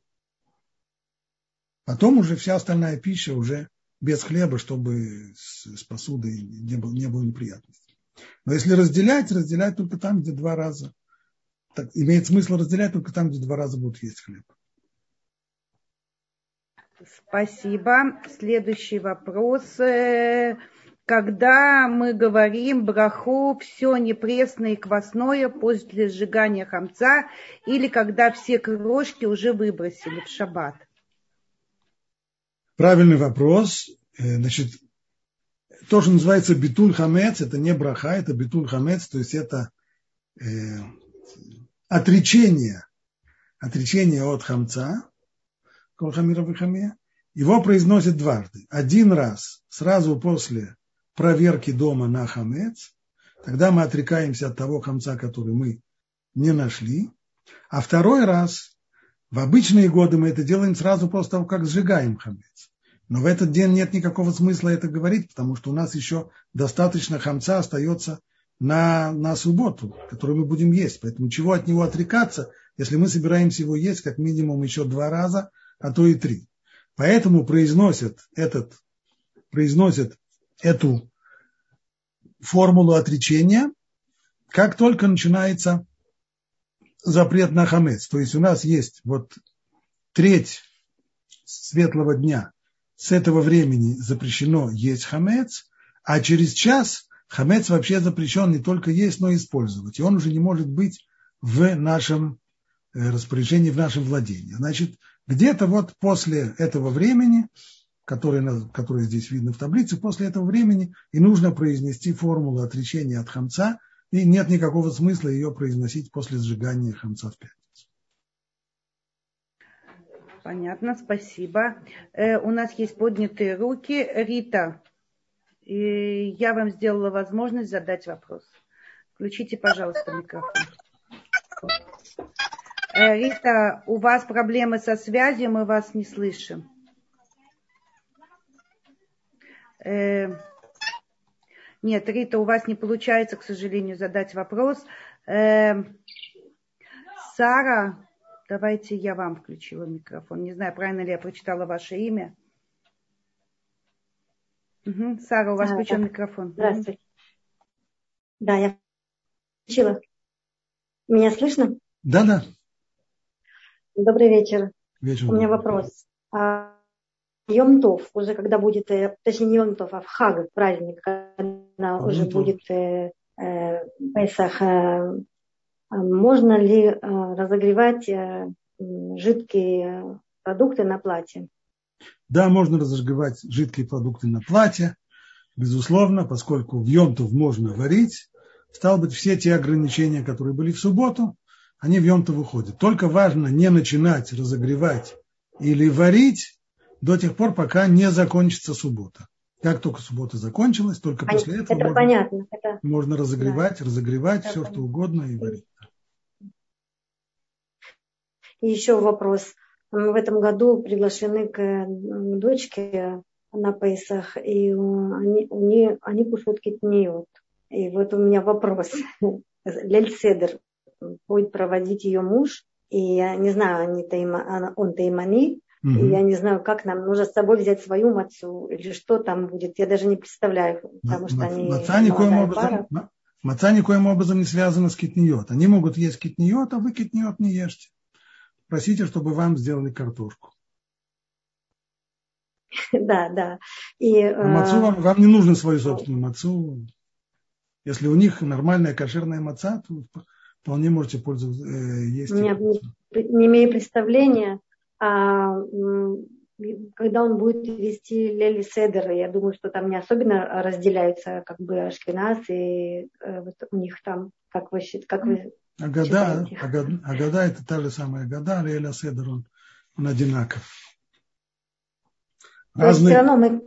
потом уже вся остальная пища уже без хлеба, чтобы с посудой не было неприятностей. Но если разделять только там, где 2 раза. Так, имеет смысл разделять только там, где 2 раза будут есть хлеб. Спасибо. Следующий вопрос. Когда мы говорим браху все непресное и квасное после сжигания хамца или когда все крошки уже выбросили в шаббат? Правильный вопрос. Значит, то, что называется битуль хамец, это не браха, это битуль хамец, то есть это отречение от хамца, кол хамира вихаме. Его произносят дважды. Один раз сразу после проверки дома на хамец, тогда мы отрекаемся от того хамца, который мы не нашли. А второй раз, в обычные годы мы это делаем сразу после того, как сжигаем хамец. Но в этот день нет никакого смысла это говорить, потому что у нас еще достаточно хамца остается на субботу, которую мы будем есть. Поэтому чего от него отрекаться, если мы собираемся его есть как минимум еще 2 раза, а то и 3. Поэтому произносят эту формулу отречения, как только начинается запрет на хамец. То есть у нас есть вот треть светлого дня, с этого времени запрещено есть хамец, а через час хамец вообще запрещен не только есть, но и использовать. И он уже не может быть в нашем распоряжении, в нашем владении. Значит, где-то вот после этого времени, которое здесь видно в таблице, после этого времени и нужно произнести формулу отречения от хамца, и нет никакого смысла ее произносить после сжигания хамца в пятницу. Понятно, спасибо. У нас есть поднятые руки. Рита, я вам сделала возможность задать вопрос. Включите, пожалуйста, микрофон. Рита, у вас проблемы со связью, мы вас не слышим. Нет, Рита, у вас не получается, к сожалению, задать вопрос. Сара, давайте я вам включила микрофон. Не знаю, правильно ли я прочитала ваше имя. Угу. Сара, у вас включен микрофон. Здравствуйте. Да, я включила. Меня слышно? Да. Добрый вечер. Вечер. У меня вопрос. Йом-Тов, уже когда будет, точнее не Йом-Тов, а в Хаг, праздник, когда уже будет Песах, можно ли разогревать жидкие продукты на платье? Да, можно разогревать жидкие продукты на платье, безусловно, поскольку в Йом-Тов можно варить. Стало быть, все те ограничения, которые были в субботу, они в Йом-Тов выходят. Только важно не начинать разогревать или варить до тех пор, пока не закончится суббота. Как только суббота закончилась, только после этого можно разогревать все, что угодно и варить. И еще вопрос. Мы в этом году приглашены к дочке на Песах, и они кушают китниот. И вот у меня вопрос. Лель Седер будет проводить ее муж, и я не знаю, он таймани, и я не знаю, как нам нужно с собой взять свою мацу, или что там будет. Я даже не представляю, потому что они молодая пара. Маца никоим образом не связана с китниот. Они могут есть китниот, а вы китниот не ешьте. Просите, чтобы вам сделали картошку. Да. Мацу вам не нужно свою собственную мацу. Если у них нормальная кошерная маца, то вполне можете пользоваться, есть. Я не имею представления, когда он будет вести Лели Седер, я думаю, что там не особенно разделяются как бы ашкеназ, и вот у них там, как вы считаете? Агада это та же самая Агада, Леля Седер, он он одинаков. То есть все равно мы...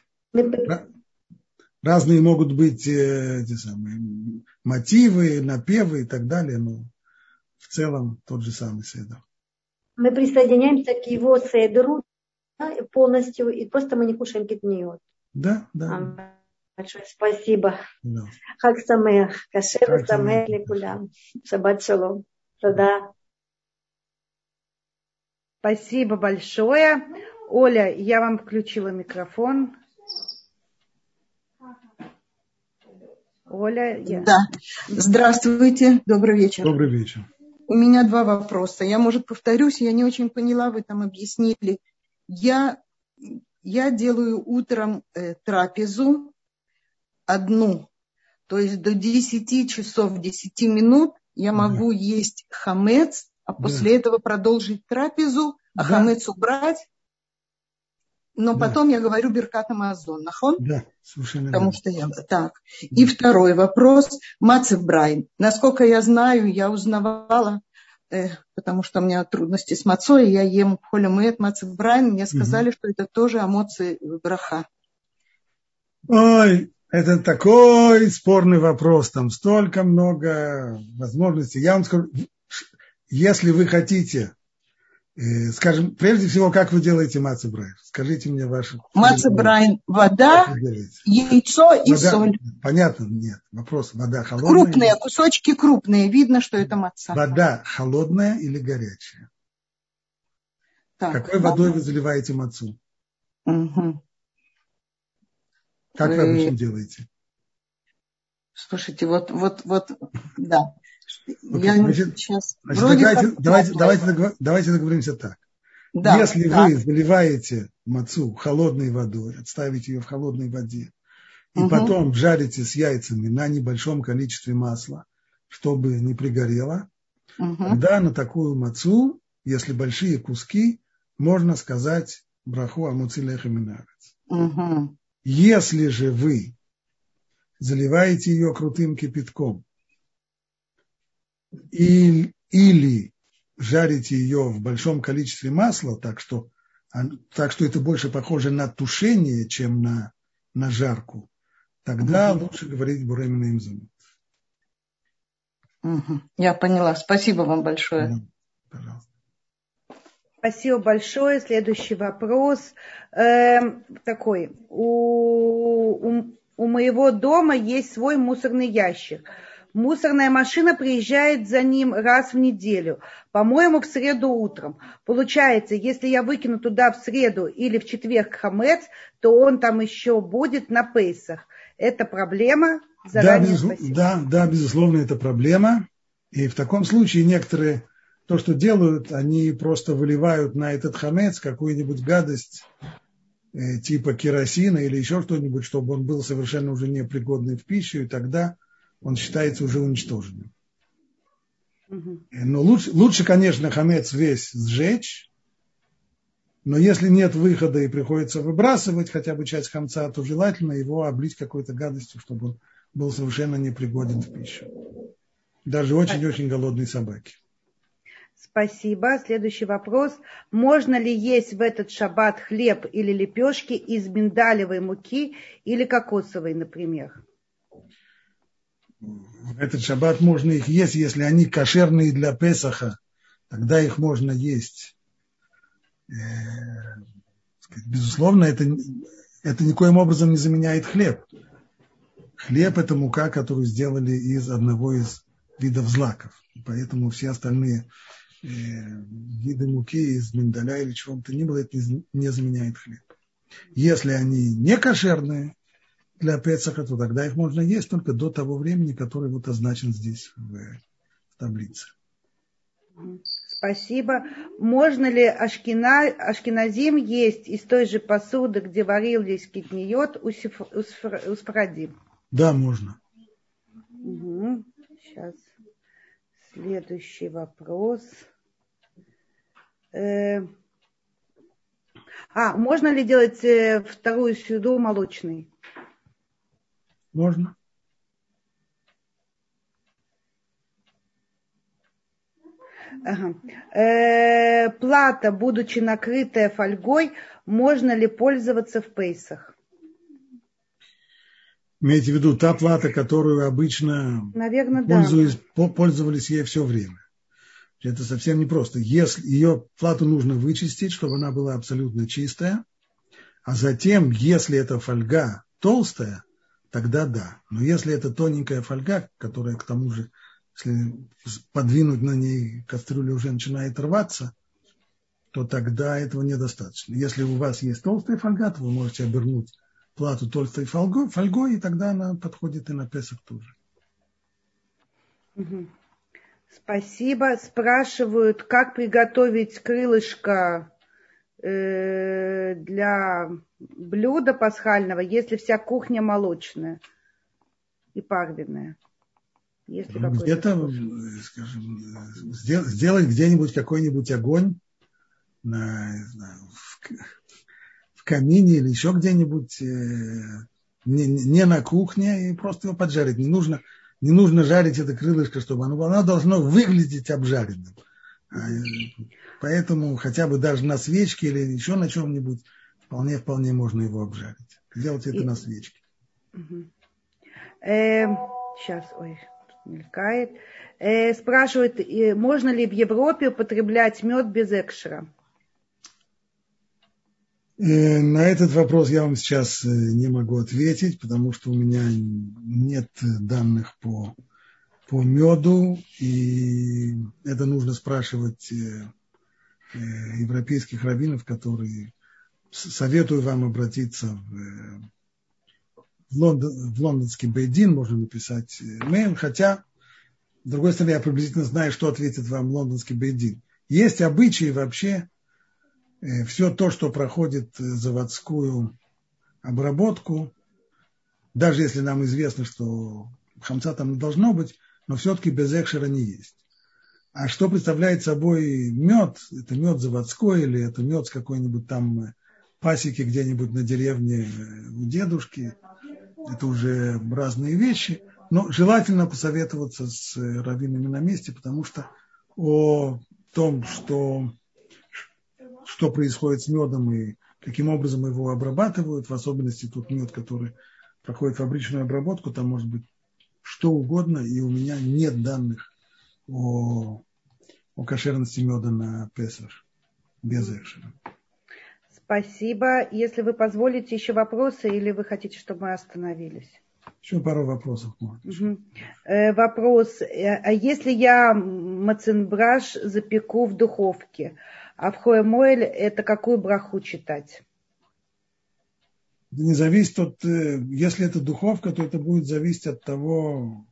Разные могут быть эти самые мотивы, напевы и так далее, но в целом тот же самый седер. Мы присоединяемся к его седеру, да, полностью, и просто мы не кушаем китниот. Да. Большое спасибо. Да. Хаг самех, кашер самех лекулям. Шаббат шалом. Тада. Спасибо большое. Оля, я вам включила микрофон. Оля, Да. Здравствуйте, добрый вечер. Добрый вечер. У меня 2 вопроса. Я, может, повторюсь, я не очень поняла, вы там объяснили. Я делаю утром трапезу одну, то есть до 10 часов 10 минут я могу есть хамец, а после этого продолжить трапезу, а хамец убрать. Но потом я говорю Беркат Амазон, нахон? Да, совершенно Потому верно. что я так. И второй вопрос. Мацев брайн. Насколько я знаю, я узнавала, потому что у меня трудности с мацой, я ем холямуэт мацев брайн. Мне сказали, что это тоже амоци браха. Ой, это такой спорный вопрос. Там столько много возможностей. Я вам скажу, если вы хотите... Скажем, прежде всего, как вы делаете маца брайн? Скажите мне ваши... Маца брайн, вода, яйцо и вода, соль. Понятно? Нет. Вопрос, вода холодная? Крупные, кусочки крупные. Видно, что это маца. Вода холодная или горячая? Так. Какой водой вы заливаете мацу? Угу. Как вы обычно делаете? Слушайте, вот, да. Значит, давайте договоримся так. Да, если вы заливаете мацу холодной водой, отставите ее в холодной воде, и потом жарите с яйцами на небольшом количестве масла, чтобы не пригорело, тогда на такую мацу, если большие куски, можно сказать браху амуци лехем минарец. Если же вы заливаете ее крутым кипятком или жарите ее в большом количестве масла, так что это больше похоже на тушение, чем на жарку, тогда лучше говорить буремина имзамут. Я поняла. Спасибо вам большое. Да, пожалуйста. Спасибо большое. Следующий вопрос такой. У моего дома есть свой мусорный ящик. Мусорная машина приезжает за ним раз в неделю, по-моему, в среду утром. Получается, если я выкину туда в среду или в четверг хамец, то он там еще будет на Пейсах. Это проблема? Да, безусловно, это проблема. И в таком случае некоторые то, что делают, они просто выливают на этот хамец какую-нибудь гадость типа керосина или еще что-нибудь, чтобы он был совершенно уже непригодный в пищу, и тогда он считается уже уничтоженным. Но лучше, конечно, хамец весь сжечь, но если нет выхода и приходится выбрасывать хотя бы часть хамца, то желательно его облить какой-то гадостью, чтобы он был совершенно непригоден в пищу. Даже очень-очень голодной собаке. Спасибо. Следующий вопрос. Можно ли есть в этот шаббат хлеб или лепешки из миндалевой муки или кокосовой, например? В этот шаббат можно их есть, если они кошерные для Песаха, тогда их можно есть. Безусловно, это никоим образом не заменяет хлеб. Хлеб – это мука, которую сделали из одного из видов злаков. Поэтому все остальные виды муки из миндаля или чего-то ни было, это не заменяет хлеб. Если они не кошерные для Песаха, то тогда их можно есть только до того времени, которое вот означен здесь в таблице. Спасибо. Можно ли ашкеназим есть из той же посуды, где варились китниот у сфарадим? Да, можно. Сейчас. Следующий вопрос. Можно ли делать вторую сюду молочной? Можно. Ага. Плата, будучи накрытая фольгой, можно ли пользоваться в Пейсах? Имейте в виду та плата, которую обычно пользовались ей все время. Это совсем непросто. Если ее плату нужно вычистить, чтобы она была абсолютно чистая, а затем, если эта фольга толстая, тогда да. Но если это тоненькая фольга, которая к тому же, если подвинуть на ней кастрюлю уже начинает рваться, то тогда этого недостаточно. Если у вас есть толстая фольга, то вы можете обернуть плату толстой фольгой, и тогда она подходит и на Песах тоже. Спасибо. Спрашивают, как приготовить крылышко для блюда пасхального, если вся кухня молочная и парвенная. Где-то, скажем, сделать где-нибудь какой-нибудь огонь в камине или еще где-нибудь, не на кухне, и просто его поджарить. Не нужно жарить это крылышко, чтобы оно должно выглядеть обжаренным. Поэтому хотя бы даже на свечке или еще на чем-нибудь вполне можно его обжарить. Делать это на свечке. Сейчас, мелькает. Спрашивают, можно ли в Европе употреблять мед без экшера? На этот вопрос я вам сейчас не могу ответить, потому что у меня нет данных по меду, и это нужно спрашивать европейских раввинов, которые советую вам обратиться в лондонский бейдин, можно написать мейл, хотя, с другой стороны, я приблизительно знаю, что ответит вам лондонский бейдин. Есть обычаи вообще, все то, что проходит заводскую обработку, даже если нам известно, что хамца там не должно быть, но все-таки без экшера не есть. А что представляет собой мед? Это мед заводской или это мед с какой-нибудь там пасеки где-нибудь на деревне у дедушки? Это уже разные вещи. Но желательно посоветоваться с раввинами на месте, потому что о том, что происходит с медом и каким образом его обрабатывают, в особенности тот мед, который проходит фабричную обработку, там может быть что угодно, и у меня нет данных о кошерности меда на Песах без экшера. Спасибо. Если вы позволите, еще вопросы, или вы хотите, чтобы мы остановились? Еще пару вопросов. Вопрос. А если я мацинбраш запеку в духовке, а в Хоэмоэль это какую браху читать? Это не зависит от... Если это духовка, то это будет зависеть от того,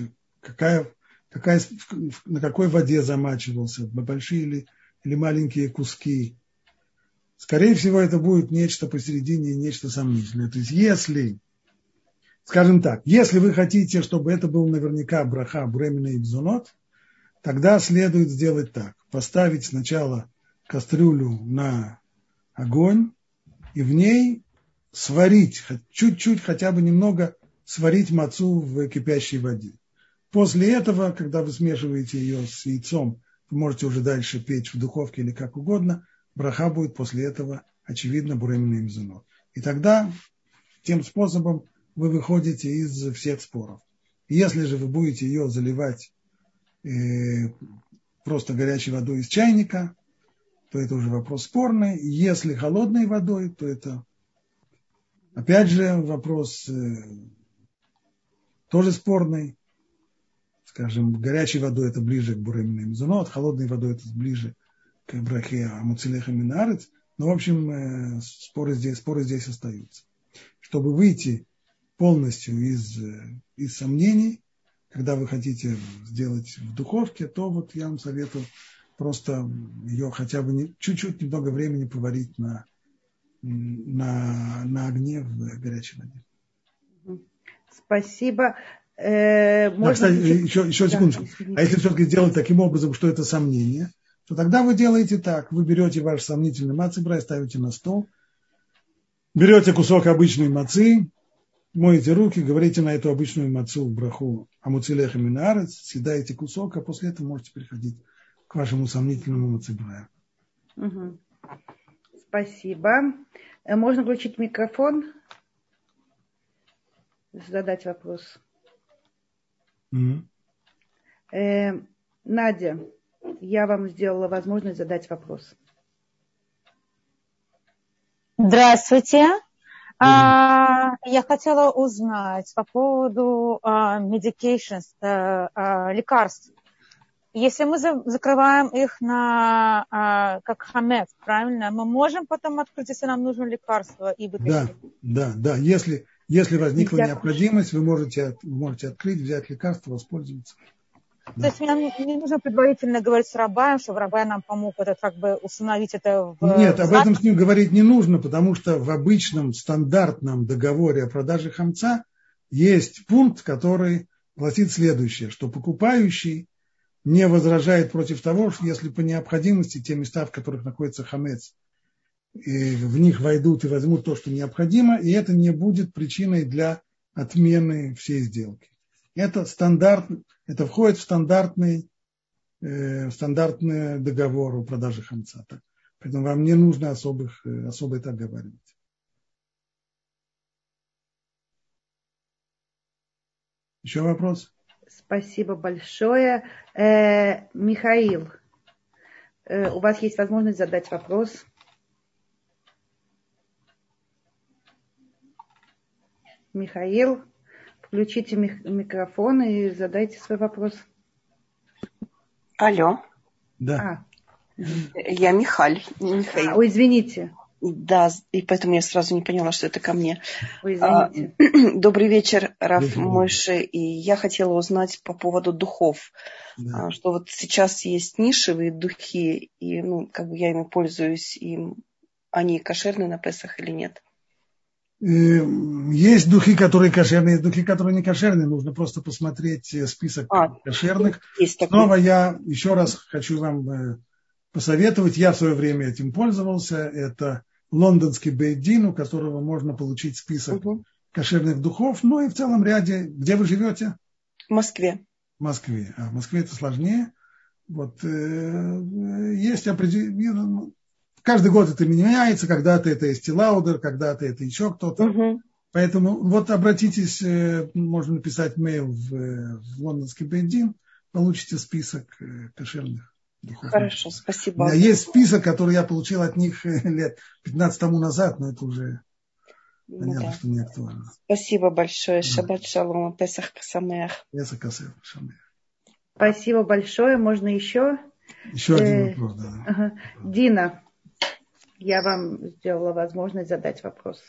на какой воде замачивался, большие или маленькие куски. Скорее всего, это будет нечто посередине, нечто сомнительное. То есть, если, скажем так, если вы хотите, чтобы это был наверняка браха бремена и бзунот, тогда следует сделать так. Поставить сначала кастрюлю на огонь и в ней сварить, чуть-чуть, хотя бы немного сварить мацу в кипящей воде. После этого, когда вы смешиваете ее с яйцом, вы можете уже дальше печь в духовке или как угодно, браха будет после этого, очевидно, бремена и бзунот. И тогда тем способом вы выходите из всех споров. Если же вы будете ее заливать просто горячей водой из чайника, то это уже вопрос спорный. Если холодной водой, то это, опять же, вопрос тоже спорный. Скажем, горячей водой это ближе к бремена и бзунот, холодной водой это ближе к брахе амуцилех и минарец. Но, в общем, споры здесь остаются. Чтобы выйти полностью из сомнений, когда вы хотите сделать в духовке, то вот я вам советую просто ее хотя бы чуть-чуть немного времени поварить на огне в горячей воде. Спасибо. Кстати, еще секундочку. А если все-таки сделать таким образом, что это сомнение, то тогда вы делаете так. Вы берете ваш сомнительный мацибрай, ставите на стол, берете кусок обычной мацы, моете руки, говорите на эту обычную мацу в браху амуцилех и минарец, съедаете кусок, а после этого можете переходить к вашему сомнительному мацебраю. Угу. Спасибо. Можно включить микрофон? Задать вопрос. Надя, я вам сделала возможность задать вопрос. Здравствуйте. Я хотела узнать по поводу medications, лекарств. Если мы закрываем их на как хамец, правильно, мы можем потом открыть, если нам нужно лекарство и вытащить? Да. Если возникла необходимость, вы можете открыть, взять лекарство, воспользоваться. То есть мне не нужно предварительно говорить с рабаем, чтобы рабай нам помог это как бы установить это в... Нет, об этом с ним говорить не нужно, потому что в обычном стандартном договоре о продаже хамца есть пункт, который гласит следующее, что покупающий не возражает против того, что если по необходимости те места, в которых находится хамец, и в них войдут и возьмут то, что необходимо, и это не будет причиной для отмены всей сделки. Это входит в стандартный договор о продаже хамца. Поэтому вам не нужно особо это оговаривать. Еще вопрос? Спасибо большое. Михаил, у вас есть возможность задать вопрос. Михаил, включите микрофон и задайте свой вопрос. Алло. Да. Я Михаил. Ой, извините. Да, и поэтому я сразу не поняла, что это ко мне. Ой, извините. Добрый вечер, Рав Мойше. И я хотела узнать по поводу духов. Да. Что вот сейчас есть нишевые духи, и я ими пользуюсь, и они кошерные на Песах или нет? Есть духи, которые кошерные, есть духи, которые не кошерные. Нужно просто посмотреть список кошерных. Снова я еще раз хочу вам посоветовать. Я в свое время этим пользовался. Это лондонский бейт-дин, у которого можно получить список кошерных духов. Ну и в целом ряде. Где вы живете? В Москве. В Москве. В Москве это сложнее. Вот есть определенные... Каждый год это меняется, когда-то это Estee Lauder, когда-то это еще кто-то. Поэтому вот обратитесь, можно написать мейл в лондонский бейт-дин, получите список кошерных духов. Хорошо, спасибо. У меня есть список, который я получил от них лет 15 тому назад, но это уже понятно, что не актуально. Спасибо большое. Шаббат шалом, Песах самеах. Песах самеах. Спасибо большое. Можно еще? Еще один вопрос, да. Дина. Я вам сделала возможность задать вопрос.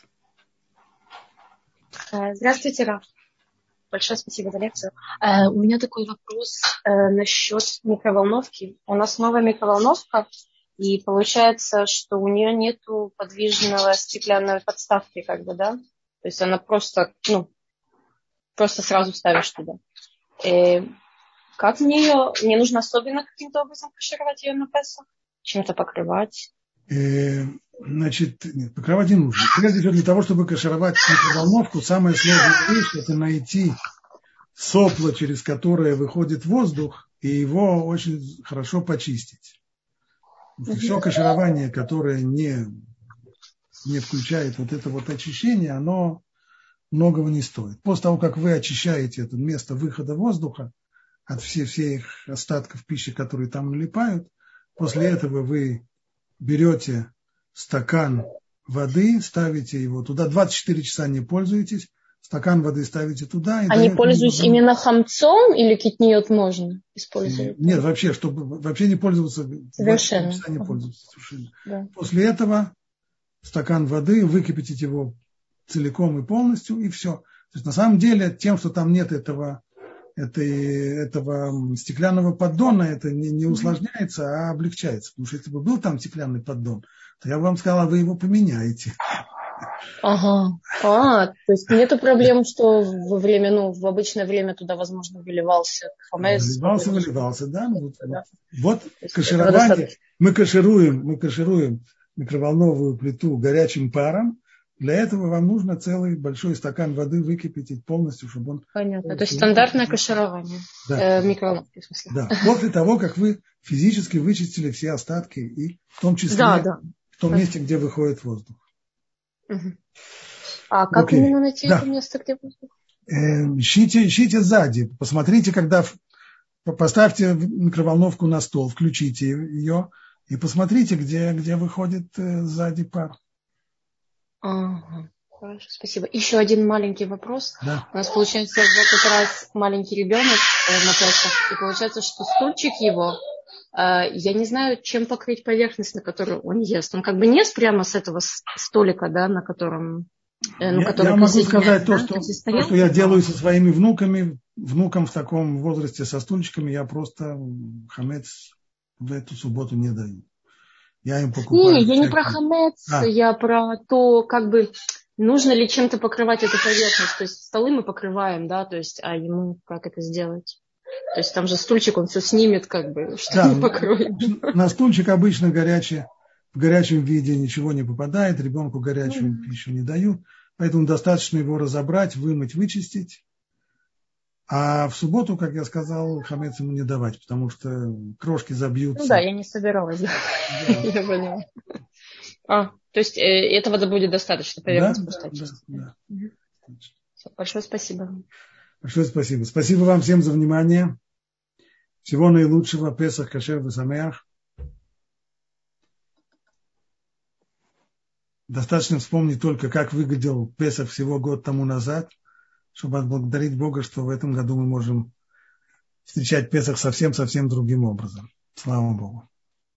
Здравствуйте, Раф. Большое спасибо за лекцию. У меня такой вопрос насчет микроволновки. У нас новая микроволновка, и получается, что у нее нету подвижного стеклянной подставки, да? То есть она просто сразу ставишь туда. Как мне нужно особенно каким-то образом кашировать ее на Песах? Чем-то покрывать? Значит, нет, покрывать не нужно. Прежде всего, для того, чтобы кашировать микроволновку, самая сложная вещь – это найти сопло, через которое выходит воздух, и его очень хорошо почистить. Все каширование, которое не включает вот это вот очищение, оно многого не стоит. После того, как вы очищаете это место выхода воздуха от всех остатков пищи, которые там налипают, после этого вы берете стакан воды, ставите его туда, 24 часа не пользуетесь, стакан воды ставите туда. А не пользуюсь именно хамцом или китниот можно использовать? Нет, вообще не пользоваться. Совершенно. Часа не пользоваться совершенно. Да. После этого стакан воды, выкипятить его целиком и полностью, и все. То есть на самом деле тем, что там нет этого стеклянного поддона, это не усложняется, а облегчается. Потому что если бы был там стеклянный поддон, то я бы вам сказала, вы его поменяете. Ага. То есть нету проблем, что в обычное время туда, возможно, выливался хамец. Выливался, да. Вот каширование. Мы кашируем микроволновую плиту горячим паром. Для этого вам нужно целый большой стакан воды выкипятить полностью, чтобы он... Понятно. То есть стандартное каширование. Да. Микроволновки, в смысле. Да. После того, как вы физически вычистили все остатки, и в том числе в том месте, где выходит воздух. Угу. А как именно найти это место, где воздух? Ищите сзади. Посмотрите, когда... Поставьте микроволновку на стол, включите ее и посмотрите, где выходит сзади пар. Ага, хорошо, спасибо. Еще один маленький вопрос. Да. У нас получается в этот раз маленький ребенок на Песах, и получается, что стульчик его, я не знаю, чем покрыть поверхность, на которую он ест. Он как бы не ест прямо с этого столика, да, на котором... я могу сказать то, что я делаю со своими внуками. Внукам в таком возрасте со стульчиками я просто хамец в эту субботу не даю. Я им покупаю. Не, я не про хамец, я про то, как бы, нужно ли чем-то покрывать эту поверхность. То есть столы мы покрываем, да, то есть, а ему как это сделать? То есть там же стульчик, он все снимет, как бы, что мы покроем. На стульчик обычно в горячем виде ничего не попадает, ребенку горячую пищу не дают, поэтому достаточно его разобрать, вымыть, вычистить. А в субботу, как я сказал, хамец ему не давать, потому что крошки забьются. Ну да, я не собиралась. Да. Я поняла. То есть этого будет достаточно, поверхность пустая. Да. Большое спасибо. Большое спасибо. Спасибо вам всем за внимание. Всего наилучшего. Песах кашер весамеах. Достаточно вспомнить только, как выглядел Песах всего год тому назад, чтобы отблагодарить Бога, что в этом году мы можем встречать Песах совсем другим образом. Слава Богу.